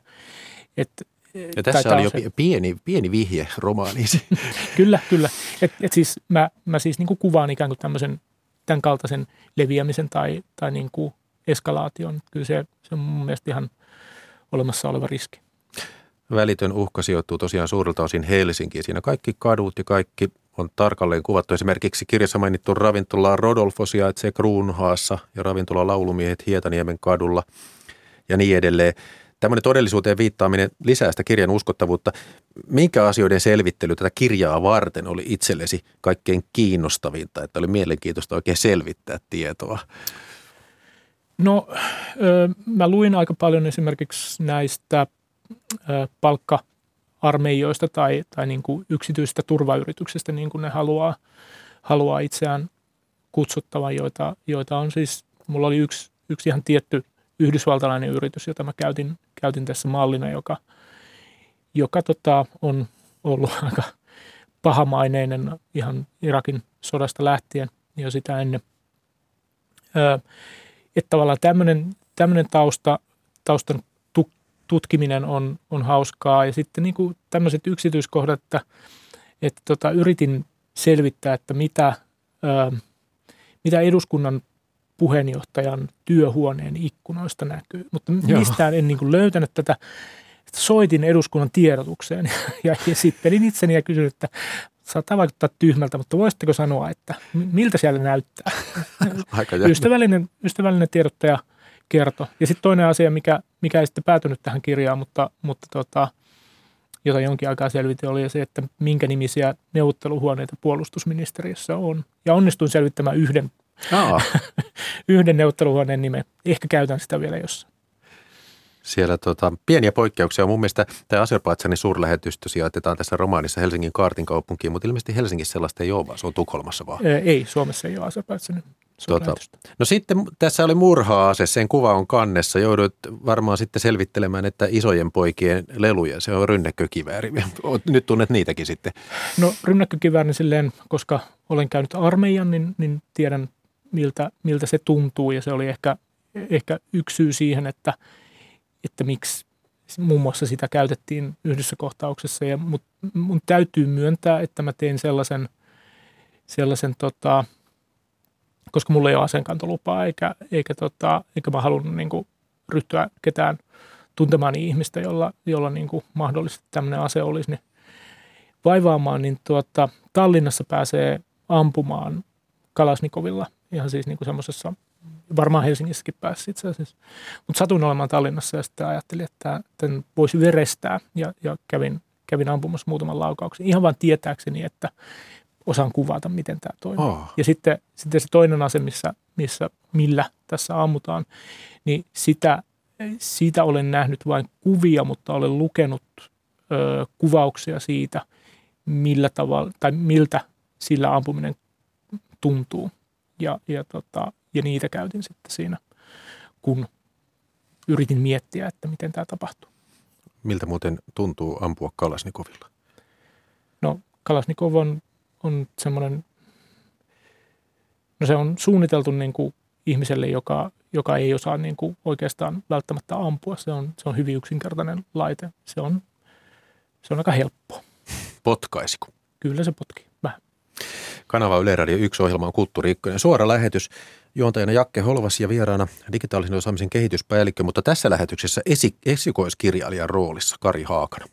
Ja tässä oli jo pieni vihje romaaniisi. Kyllä. Et siis mä siis niin kuin kuvaan ikään kuin tämän kaltaisen leviämisen tai niin kuin eskalaation. Kyllä se on mun mielestä ihan olemassa oleva riski. Välitön uhka sijoittuu tosiaan suurelta osin Helsinkiin. Siinä kaikki kadut ja kaikki on tarkalleen kuvattu. Esimerkiksi kirjassa mainittu ravintola Rodolfo sijaitsee Kruunhaassa ja ravintola Laulumiehet Hietaniemen kadulla ja niin edelleen. Tämmöinen todellisuuteen viittaaminen lisää sitä kirjan uskottavuutta. Minkä asioiden selvittely tätä kirjaa varten oli itsellesi kaikkein kiinnostavinta, että oli mielenkiintoista oikein selvittää tietoa? No, mä luin aika paljon esimerkiksi näistä palkka-armeijoista tai niin kuin yksityisistä turvayrityksistä, niin kuin ne haluaa itseään kutsuttavan, joita on siis, mulla oli yksi ihan tietty yhdysvaltalainen yritys, jota mä käytin tässä mallina, joka on ollut aika pahamaineinen ihan Irakin sodasta lähtien jo sitä ennen. Että tavallaan tämmöinen taustan tutkiminen on hauskaa ja sitten niin kuin tämmöiset yksityiskohdat, että yritin selvittää, että mitä eduskunnan puheenjohtajan työhuoneen ikkunoista näkyy, mutta mistään en niin kuin löytänyt tätä. Soitin eduskunnan tiedotukseen ja sippelin itseni ja kysyin, että saattaa vaikuttaa tyhmältä, mutta voisitteko sanoa, että miltä siellä näyttää? Aika ystävällinen tiedottaja kertoi. Ja sitten toinen asia, mikä ei sitten päätynyt tähän kirjaan, mutta jota jonkin aikaa selvitin, oli se, että minkä nimisiä neuvotteluhuoneita puolustusministeriössä on. Ja onnistuin selvittämään yhden neuvotteluhuoneen nimen. Ehkä käytän sitä vielä jossain. Siellä pieniä poikkeuksia. Mun mielestä tämä Azerbaidžanin suurlähetystö sijoitetaan tässä romaanissa Helsingin kaartin kaupunkiin, mutta ilmeisesti Helsingissä sellaista ei ole, vaan se on Tukholmassa vaan. Ei, Suomessa ei ole Azerbaidžanin suurlähetystö. No sitten tässä oli murha-ase, sen kuva on kannessa. Joudut varmaan sitten selvittelemään, että isojen poikien leluja, se on rynnäkkökivääri. Nyt tunnet niitäkin sitten. No rynnäkkökivääri silleen, koska olen käynyt armeijan, niin tiedän miltä se tuntuu ja se oli ehkä yksi syy siihen, että miksi muun muassa sitä käytettiin yhdessä kohtauksessa. Mutta mun täytyy myöntää, että mä tein sellaisen koska mulla ei ole aseenkantolupaa eikä mä halunnut niinku ryhtyä ketään tuntemaan ihmistä, jolla niinku mahdollisesti tämmöinen ase olisi, niin vaivaamaan, niin Tallinnassa pääsee ampumaan Kalasnikovilla ihan siis niinku semmoisessa, varmaan Helsingissäkin pääsi itse asiassa. Mutta satuin olemaan Tallinnassa ja sitten ajattelin, että tämän voisi verestää ja kävin ampumassa muutaman laukauksen. Ihan vaan tietääkseni, että osaan kuvata, miten tämä toimii. Ja sitten se toinen ase, millä tässä ammutaan, niin siitä olen nähnyt vain kuvia, mutta olen lukenut kuvauksia siitä, millä tavalla tai miltä sillä ampuminen tuntuu. Ja niitä käytin sitten siinä, kun yritin miettiä, että miten tämä tapahtuu. Miltä muuten tuntuu ampua Kalasnikovilla? No Kalasnikov on semmoinen, no se on suunniteltu niin kuin ihmiselle, joka ei osaa niin kuin oikeastaan välttämättä ampua. Se on hyvin yksinkertainen laite. Se on aika helppo. Potkaisiko? Kyllä se potkii vähän. Kanava Yle Radio 1 ohjelma on Kulttuuri Ykkönen. Suora lähetys. Juontajana Jakke Holvas ja vieraana digitaalisen osaamisen kehityspäällikkö, mutta tässä lähetyksessä esikoiskirjailijan roolissa Kari Haakana.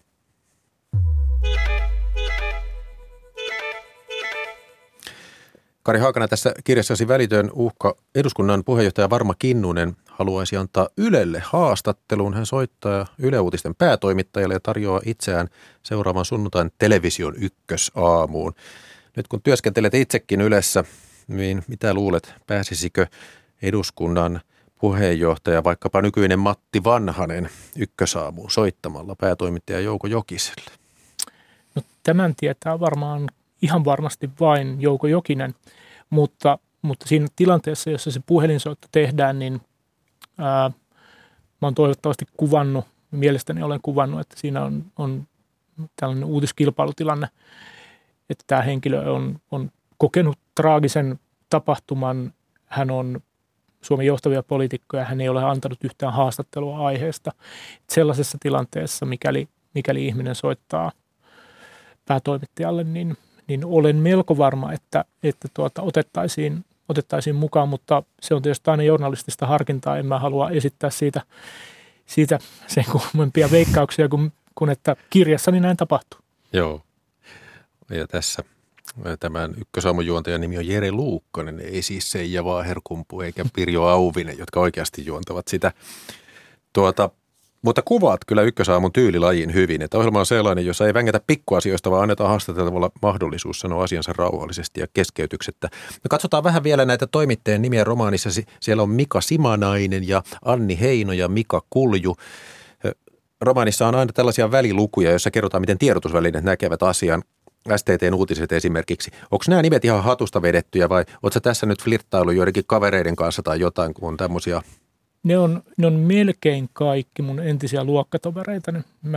Kari Haakana, tässä kirjassasi Välitön uhka. Eduskunnan puheenjohtaja Varma Kinnunen haluaisi antaa Ylelle haastattelun. Hän soittaa Yle Uutisten päätoimittajalle ja tarjoaa itseään seuraavan sunnuntain television ykkösaamuun. Nyt kun työskentelet itsekin Ylessä, niin mitä luulet, pääsisikö eduskunnan puheenjohtaja, vaikkapa nykyinen Matti Vanhanen, ykkösaamuun soittamalla päätoimittaja Jouko Jokiselle? No, tämän tietää varmaan ihan varmasti vain Jouko Jokinen, mutta siinä tilanteessa, jossa se puhelinsoitto tehdään, niin mä oon toivottavasti kuvannut, mielestäni olen kuvannut, että siinä on tällainen uutiskilpailutilanne, että tämä henkilö on kokenut traagisen tapahtuman, hän on Suomen johtavia poliitikkoja, hän ei ole antanut yhtään haastattelua aiheesta. Että sellaisessa tilanteessa, mikäli ihminen soittaa päätoimittajalle, niin olen melko varma, että otettaisiin mukaan, mutta se on tietysti aina journalistista harkintaa. En mä halua esittää siitä sen kummempia veikkauksia, kun että kirjassani näin tapahtuu. Joo. Ja tässä tämän ykkösaamun juontajan nimi on Jere Luukkonen, ei siis Seija Vaaherkumpu eikä Pirjo Auvinen, jotka oikeasti juontavat sitä. Mutta kuvaat kyllä ykkösaamun tyylilajin hyvin, että ohjelma on sellainen, jossa ei vängätä pikkuasioista, vaan annetaan haastateltavalla mahdollisuus sanoa asiansa rauhallisesti ja keskeytyksettä. Me katsotaan vähän vielä näitä toimittajien nimiä romaanissa. Siellä on Mika Simanainen ja Anni Heino ja Mika Kulju. Romaanissa on aina tällaisia välilukuja, joissa kerrotaan, miten tiedotusvälineet näkevät asian. STT:n uutiset esimerkiksi. Onko nämä nimet ihan hatusta vedettyjä vai oletko sä tässä nyt flirttailu joidenkin kavereiden kanssa tai jotain, kun on tämmöisiä? Ne on melkein kaikki mun entisiä luokkatovereita.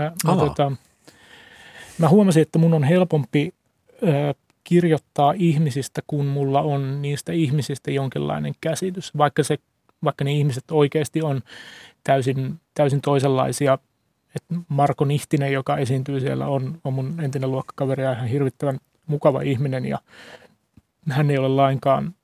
Mä huomasin, että mun on helpompi kirjoittaa ihmisistä, kun mulla on niistä ihmisistä jonkinlainen käsitys. Vaikka ne ihmiset oikeasti on täysin toisenlaisia. Että Marko Nihtinen, joka esiintyy siellä, on mun entinen luokkakaveri ja ihan hirvittävän mukava ihminen. Ja hän ei ole lainkaan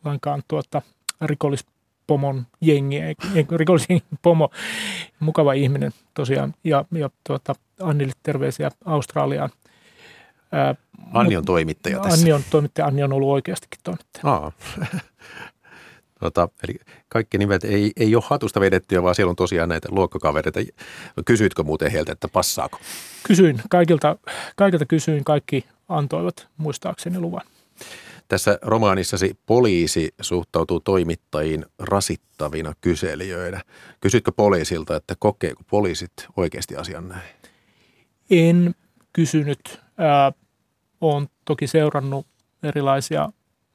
rikollispomon jengi, rikollisjengin pomo, mukava ihminen tosiaan. Ja Annille terveisiä Australiaan. Anni on toimittaja tässä. Anni on toimittaja, Anni on ollut oikeastikin toimittaja. Eli kaikki nimet ei ole hatusta vedettyä, vaan siellä on tosiaan näitä luokkakavereita. Kysyitkö muuten heiltä, että passaako? Kysyin, kaikilta kysyin, kaikki antoivat muistaakseni luvan. Tässä romaanissasi poliisi suhtautuu toimittajiin rasittavina kyselijöinä. Kysytkö poliisilta, että kokeeko poliisit oikeasti asian näin? En kysynyt. Olen toki seurannut erilaisia,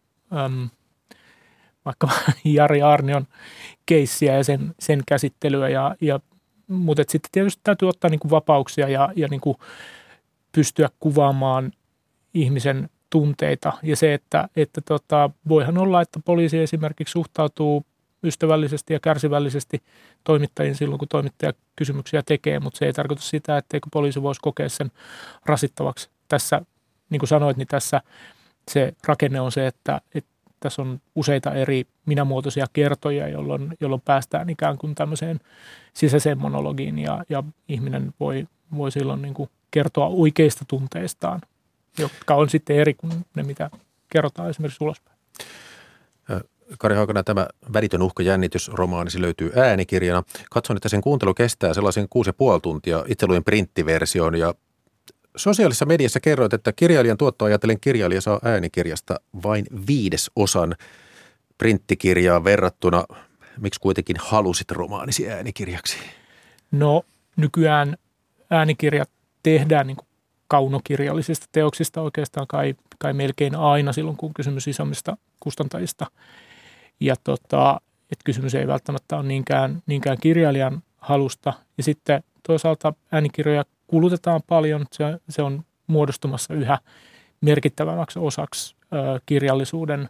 vaikka Jari Aarnion keissiä ja sen käsittelyä, mutta sitten tietysti täytyy ottaa niin kuin vapauksia ja niin kuin pystyä kuvaamaan ihmisen tunteita. Ja se, että voihan olla, että poliisi esimerkiksi suhtautuu ystävällisesti ja kärsivällisesti toimittajiin silloin, kun toimittaja kysymyksiä tekee, mutta se ei tarkoita sitä, etteikö poliisi voisi kokea sen rasittavaksi. Tässä, niin kuin sanoit, niin tässä se rakenne on se, että tässä on useita eri minämuotoisia kertoja, jolloin päästään ikään kuin tämmöiseen sisäiseen monologiin ja ihminen voi silloin niin kuin kertoa oikeista tunteistaan, jotka on sitten eri kuin ne, mitä kerrotaan esimerkiksi ulospäin. Kari Haukana, tämä Välitön uhka jännitysromaanisi löytyy äänikirjana. Katson, että sen kuuntelu kestää sellaisen 6,5 tuntia. Itse luin printtiversion ja sosiaalisessa mediassa kerroit, että kirjailijan tuottoa ajatellen kirjailija saa äänikirjasta vain 1/5 printtikirjaa verrattuna. Miksi kuitenkin halusit romaanisi äänikirjaksi? No nykyään äänikirjat tehdään niin kuin kaunokirjallisista teoksista oikeastaan kai melkein aina silloin, kun on kysymys isommista kustantajista. Ja että kysymys ei välttämättä ole niinkään kirjailijan halusta. Ja sitten toisaalta äänikirjoja kulutetaan paljon. Se on muodostumassa yhä merkittävämmäksi osaksi kirjallisuuden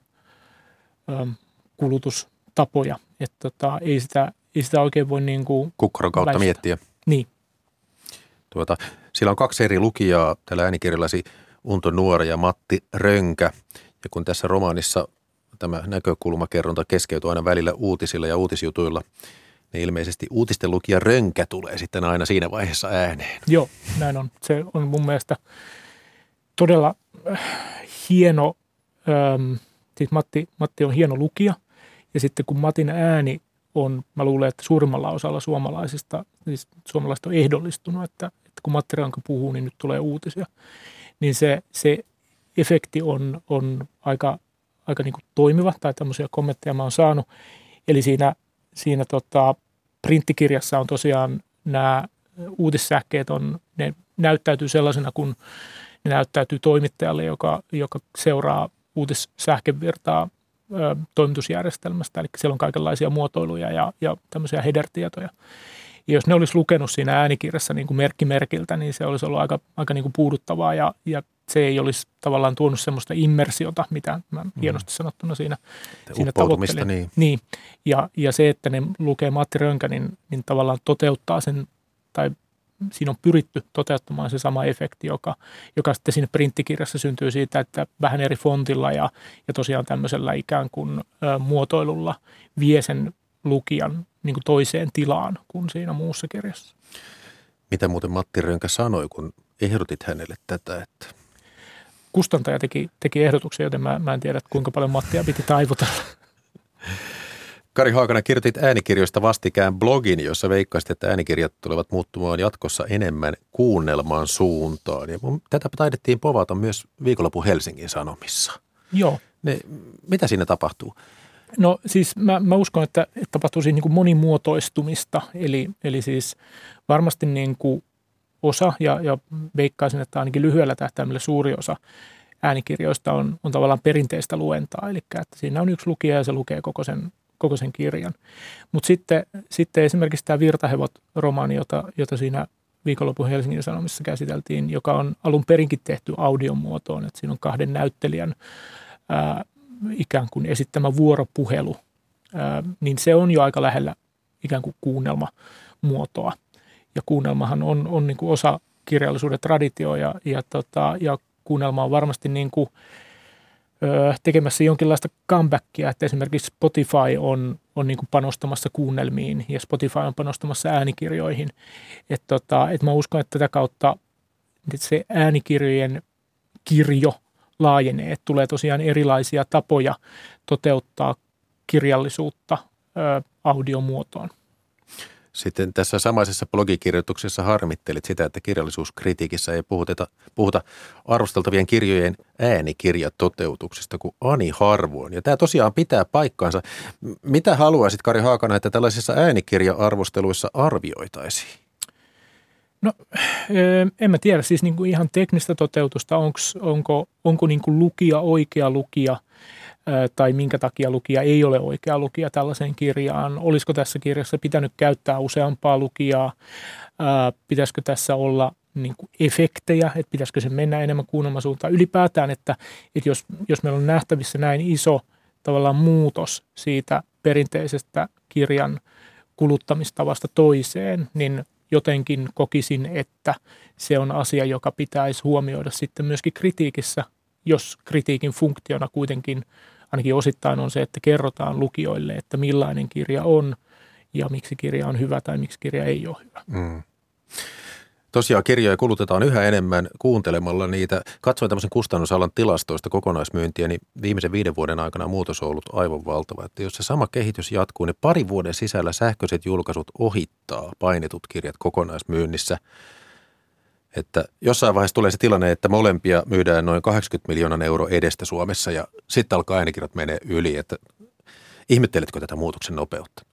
kulutustapoja. Että ei sitä oikein voi niin kuin kukkaron kautta väistää. Miettiä. Niin. Sillä on 2 eri lukijaa tällä äänikirjallasi, Unto Nuora ja Matti Rönkä. Ja kun tässä romaanissa tämä näkökulmakerronta keskeytyy aina välillä uutisilla ja uutisjutuilla, niin ilmeisesti uutisten lukija Rönkä tulee sitten aina siinä vaiheessa ääneen. Joo, näin on. Se on mun mielestä todella hieno, siis Matti on hieno lukija. Ja sitten kun Matin ääni on, mä luulen, että suurimmalla osalla suomalaisista on ehdollistunut, että kun Matti Rönkä puhuu, niin nyt tulee uutisia. Niin se efekti on aika niin kuin toimiva, tai tämmöisiä kommentteja mä oon saanut. Eli siinä printtikirjassa on tosiaan nämä uutissähkeet, ne näyttäytyy sellaisena, kun ne näyttäytyy toimittajalle, joka seuraa uutissähkevirtaa toimitusjärjestelmästä. Eli siellä on kaikenlaisia muotoiluja ja tämmöisiä header-tietoja. Ja jos ne olisi lukenut siinä äänikirjassa niin kuin merkki merkiltä, niin se olisi ollut aika niin kuin puuduttavaa ja se ei olisi tavallaan tuonut semmoista immersiota, mitä mä hienosti sanottuna siinä tavoittelin. Niin. Ja se, että ne lukee Matti Rönkä, niin tavallaan toteuttaa sen, tai siinä on pyritty toteuttamaan se sama efekti, joka sitten siinä printtikirjassa syntyy siitä, että vähän eri fontilla ja tosiaan tämmöisellä ikään kuin muotoilulla vie sen lukijan niin kuin toiseen tilaan kuin siinä muussa kirjassa. Mitä muuten Matti Rönkä sanoi, kun ehdotit hänelle tätä? Että kustantaja teki ehdotuksia, joten mä en tiedä, kuinka paljon Mattia piti taivutella. Kari Haukana, kirjoitit äänikirjoista vastikään blogin, jossa veikkasit, että äänikirjat tulevat muuttumaan jatkossa enemmän kuunnelmaan suuntaan. Ja tätä taidettiin povata myös viikonlopun Helsingin Sanomissa. Joo. Mitä siinä tapahtuu? No siis mä uskon, että tapahtuu siinä niin kuin monimuotoistumista, eli siis varmasti niin kuin osa, ja veikkaisin, että ainakin lyhyellä tähtäimellä suuri osa äänikirjoista on tavallaan perinteistä luentaa, eli että siinä on yksi lukija ja se lukee koko sen kirjan. Mutta sitten esimerkiksi tämä Virtahevot-romaani, jota siinä viikonlopun Helsingin Sanomissa käsiteltiin, joka on alun perinkin tehty audion muotoon, että siinä on 2 näyttelijän ikään kuin esittämä vuoropuhelu, niin se on jo aika lähellä ikään kuin kuunnelmamuotoa. Ja kuunnelmahan on niin kuin osa kirjallisuuden traditioa ja kuunnelma on varmasti niin kuin, tekemässä jonkinlaista comebackia, että esimerkiksi Spotify on niin kuin panostamassa kuunnelmiin ja Spotify on panostamassa äänikirjoihin. Että mä uskon, että tätä kautta että se äänikirjojen kirjo laajenee. Että tulee tosiaan erilaisia tapoja toteuttaa kirjallisuutta audiomuotoon. Sitten tässä samaisessa blogikirjoituksessa harmittelit sitä, että kirjallisuuskritiikissä ei puhuta arvosteltavien kirjojen äänikirjatoteutuksesta kuin ani harvoin. Ja tämä tosiaan pitää paikkaansa. Mitä haluaisit, Kari Haakana, että tällaisissa äänikirja-arvosteluissa arvioitaisiin? No en mä tiedä, siis niin kuin ihan teknistä toteutusta, onko niin kuin lukija oikea lukija tai minkä takia lukija ei ole oikea lukija tällaiseen kirjaan. Olisiko tässä kirjassa pitänyt käyttää useampaa lukijaa? Pitäisikö tässä olla niin kuin efektejä, että pitäisikö se mennä enemmän kuunnelman suuntaan? Ylipäätään, että jos meillä on nähtävissä näin iso tavallaan muutos siitä perinteisestä kirjan kuluttamistavasta toiseen, niin jotenkin kokisin, että se on asia, joka pitäisi huomioida sitten myöskin kritiikissä, jos kritiikin funktiona kuitenkin ainakin osittain on se, että kerrotaan lukijoille, että millainen kirja on ja miksi kirja on hyvä tai miksi kirja ei ole hyvä. Tosiaan kirjoja kulutetaan yhä enemmän kuuntelemalla niitä. Katsoin tämmöisen kustannusalan tilastoista kokonaismyyntiä, niin viimeisen 5 vuoden aikana muutos on ollut aivan valtava. Että jos se sama kehitys jatkuu, niin 2 vuoden sisällä sähköiset julkaisut ohittaa painetut kirjat kokonaismyynnissä. Että jossain vaiheessa tulee se tilanne, että molempia myydään noin 80 miljoonan euro edestä Suomessa ja sitten alkaa äänikirjat menee yli. Että ihmetteletkö tätä muutoksen nopeutta?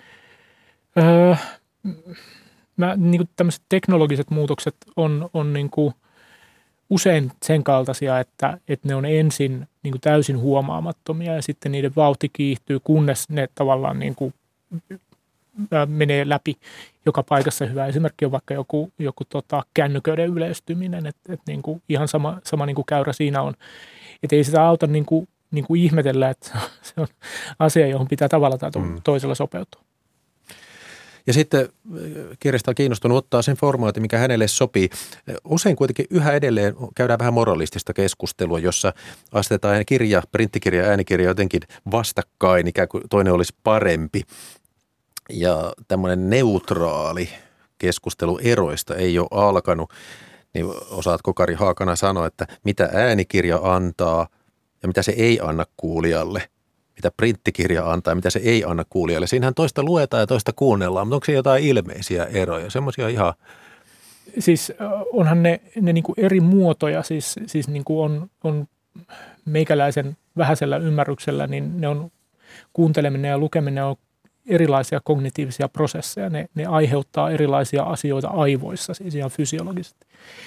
Niin tämmöiset teknologiset muutokset on niin kuin usein sen kaltaisia, että ne on ensin niin kuin täysin huomaamattomia ja sitten niiden vauhti kiihtyy, kunnes ne tavallaan niin kuin menee läpi joka paikassa. Hyvä esimerkki on vaikka joku kännyköiden yleistyminen, että niin kuin ihan sama niin kuin käyrä siinä on. Että ei sitä auta niin kuin ihmetellä, että se on asia, johon pitää tavalla tai toisella sopeutua. Ja sitten kirjasta on kiinnostunut ottaa sen formaatin, mikä hänelle sopii. Usein kuitenkin yhä edelleen käydään vähän moralistista keskustelua, jossa asetetaan printtikirja ja äänikirja jotenkin vastakkain, ikään kuin toinen olisi parempi. Ja tämmöinen neutraali keskustelu eroista ei ole alkanut. Niin osaatko, Kari Haakana, sanoa, että mitä äänikirja antaa ja mitä se ei anna kuulijalle? Mitä printtikirja antaa ja mitä se ei anna kuulijalle. Siinähän toista luetaan ja toista kuunnellaan, mutta onko se jotain ilmeisiä eroja? Semmoisia ihan... Siis onhan ne niin kuin eri muotoja, siis niin kuin on meikäläisen vähäisellä ymmärryksellä, niin ne on kuunteleminen ja lukeminen on erilaisia kognitiivisia prosesseja. Ne aiheuttaa erilaisia asioita aivoissa, siis ihan fysiologisesti.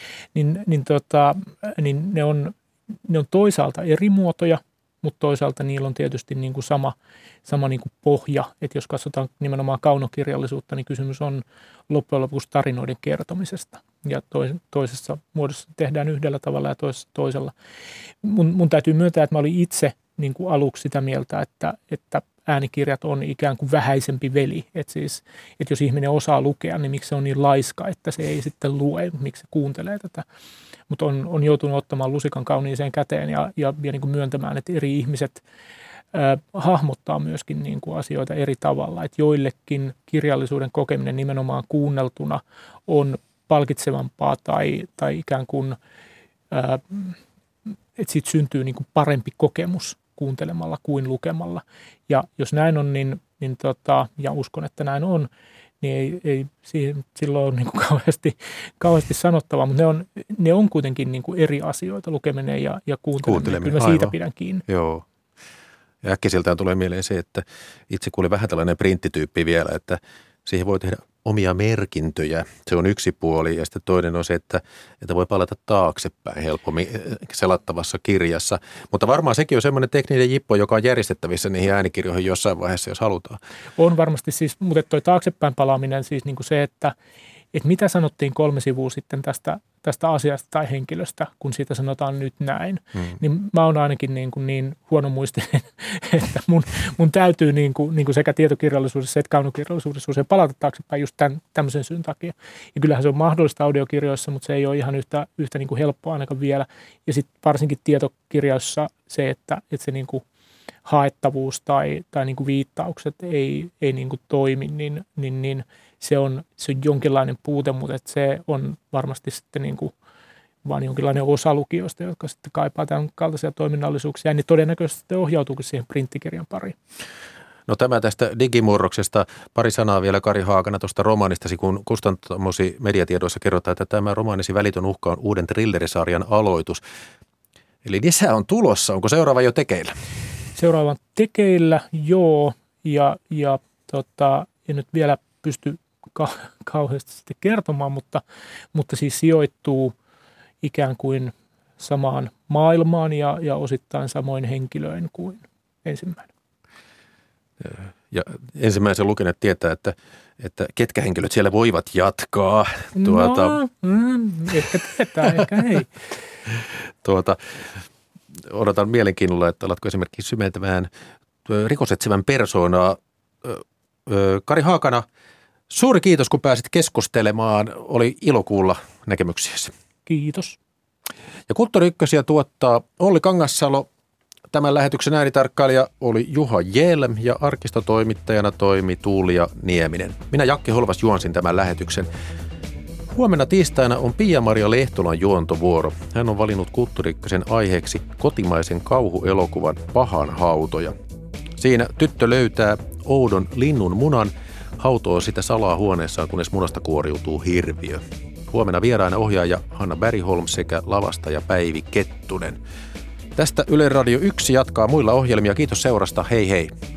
Niin ne on toisaalta eri muotoja, mutta toisaalta niillä on tietysti niin kuin sama niin kuin pohja. Että jos katsotaan nimenomaan kaunokirjallisuutta, niin kysymys on loppujen lopuksi tarinoiden kertomisesta. Ja toisessa muodossa tehdään yhdellä tavalla ja toisessa toisella. Mun täytyy myöntää, että mä olin itse niin kuin aluksi sitä mieltä, että äänikirjat on ikään kuin vähäisempi veli. Että jos ihminen osaa lukea, niin miksi se on niin laiska, että se ei sitten lue, miksi se kuuntelee tätä. Mutta on joutunut ottamaan lusikan kauniiseen käteen ja niin kuin myöntämään, että eri ihmiset hahmottaa myöskin niin kuin asioita eri tavalla. Että joillekin kirjallisuuden kokeminen nimenomaan kuunneltuna on palkitsevampaa tai ikään kuin, että siitä syntyy niin kuin parempi kokemus kuuntelemalla kuin lukemalla. Ja jos näin on, niin ja uskon, että näin on, niin ei silloin ole niin kuin kauheasti sanottavaa, mutta ne on kuitenkin niin kuin eri asioita, lukeminen ja kuunteleminen. Kyllä mä siitä pidän kiinni. Joo. Ja äkkiseltään tulee mieleen se, että itse kuulin vähän tällainen printtityyppi vielä, että siihen voi tehdä omia merkintöjä. Se on yksi puoli ja sitten toinen on se, että voi palata taaksepäin helpommin selattavassa kirjassa. Mutta varmaan sekin on semmoinen tekninen jippo, joka on järjestettävissä niihin äänikirjoihin jossain vaiheessa, jos halutaan. On varmasti siis, mutta toi taaksepäin palaaminen siis niin kuin se, että mitä sanottiin 3 sivua sitten tästä asiasta tai henkilöstä, kun siitä sanotaan nyt näin, niin mä oon ainakin niin huonomuistinen, että mun täytyy niin kuin sekä tietokirjallisuudessa että kaunokirjallisuudessa palata taaksepäin just tämmöisen syyn takia. Ja kyllähän se on mahdollista audiokirjoissa, mutta se ei ole ihan yhtä niin kuin helppoa ainakaan vielä. Ja sitten varsinkin tietokirjoissa se, että se niin kuin haettavuus tai niin kuin viittaukset ei niin kuin toimi, niin se on jonkinlainen puute, mutta että se on varmasti sitten niin kuin vaan jonkinlainen osa lukijoista, jotka sitten kaipaa tämän kaltaisia toiminnallisuuksia, niin todennäköisesti sitten ohjautuukin siihen printtikirjan pariin. No tämä tästä digimurroksesta. Pari sanaa vielä, Kari Haakana, tuosta romaanistasi, kun kustantamosi mediatiedoissa kerrotaan, että tämä romaanisi Välitön uhka on uuden thrillerisarjan aloitus. Eli lisää on tulossa. Onko seuraava jo tekeillä? Seuraava on tekeillä, joo, ja en nyt vielä pysty kauheasti sitten kertomaan, mutta siis sijoittuu ikään kuin samaan maailmaan ja osittain samoin henkilöin kuin ensimmäinen. Ja ensimmäisen lukeneet tietää, että ketkä henkilöt siellä voivat jatkaa. Ehkä tietää, ehkä ei. Odotan mielenkiinnolla, että alatko esimerkiksi syventämään rikosetsivän persoonaa. Kari Haakana, suuri kiitos, kun pääsit keskustelemaan. Oli ilo kuulla näkemyksiäsi. Kiitos. Ja Kulttuuri Ykkösiä tuottaa Olli Kangassalo. Tämän lähetyksen äänitarkkailija oli Juha Jelm ja arkistotoimittajana toimi Tuulia Nieminen. Minä Jakki Holvas juonsin tämän lähetyksen. Huomenna tiistaina on Pia-Maria Lehtolan juontovuoro. Hän on valinnut Kulttuuri Ykkösen aiheeksi kotimaisen kauhuelokuvan Pahan hautoja. Siinä tyttö löytää oudon linnun munan, hautoo sitä salaa huoneessaan, kunnes munasta kuoriutuu hirviö. Huomenna vieraana ohjaaja Hanna Bergholm sekä lavastaja Päivi Kettunen. Tästä Yle Radio 1 jatkaa muilla ohjelmia. Kiitos seurasta. Hei hei.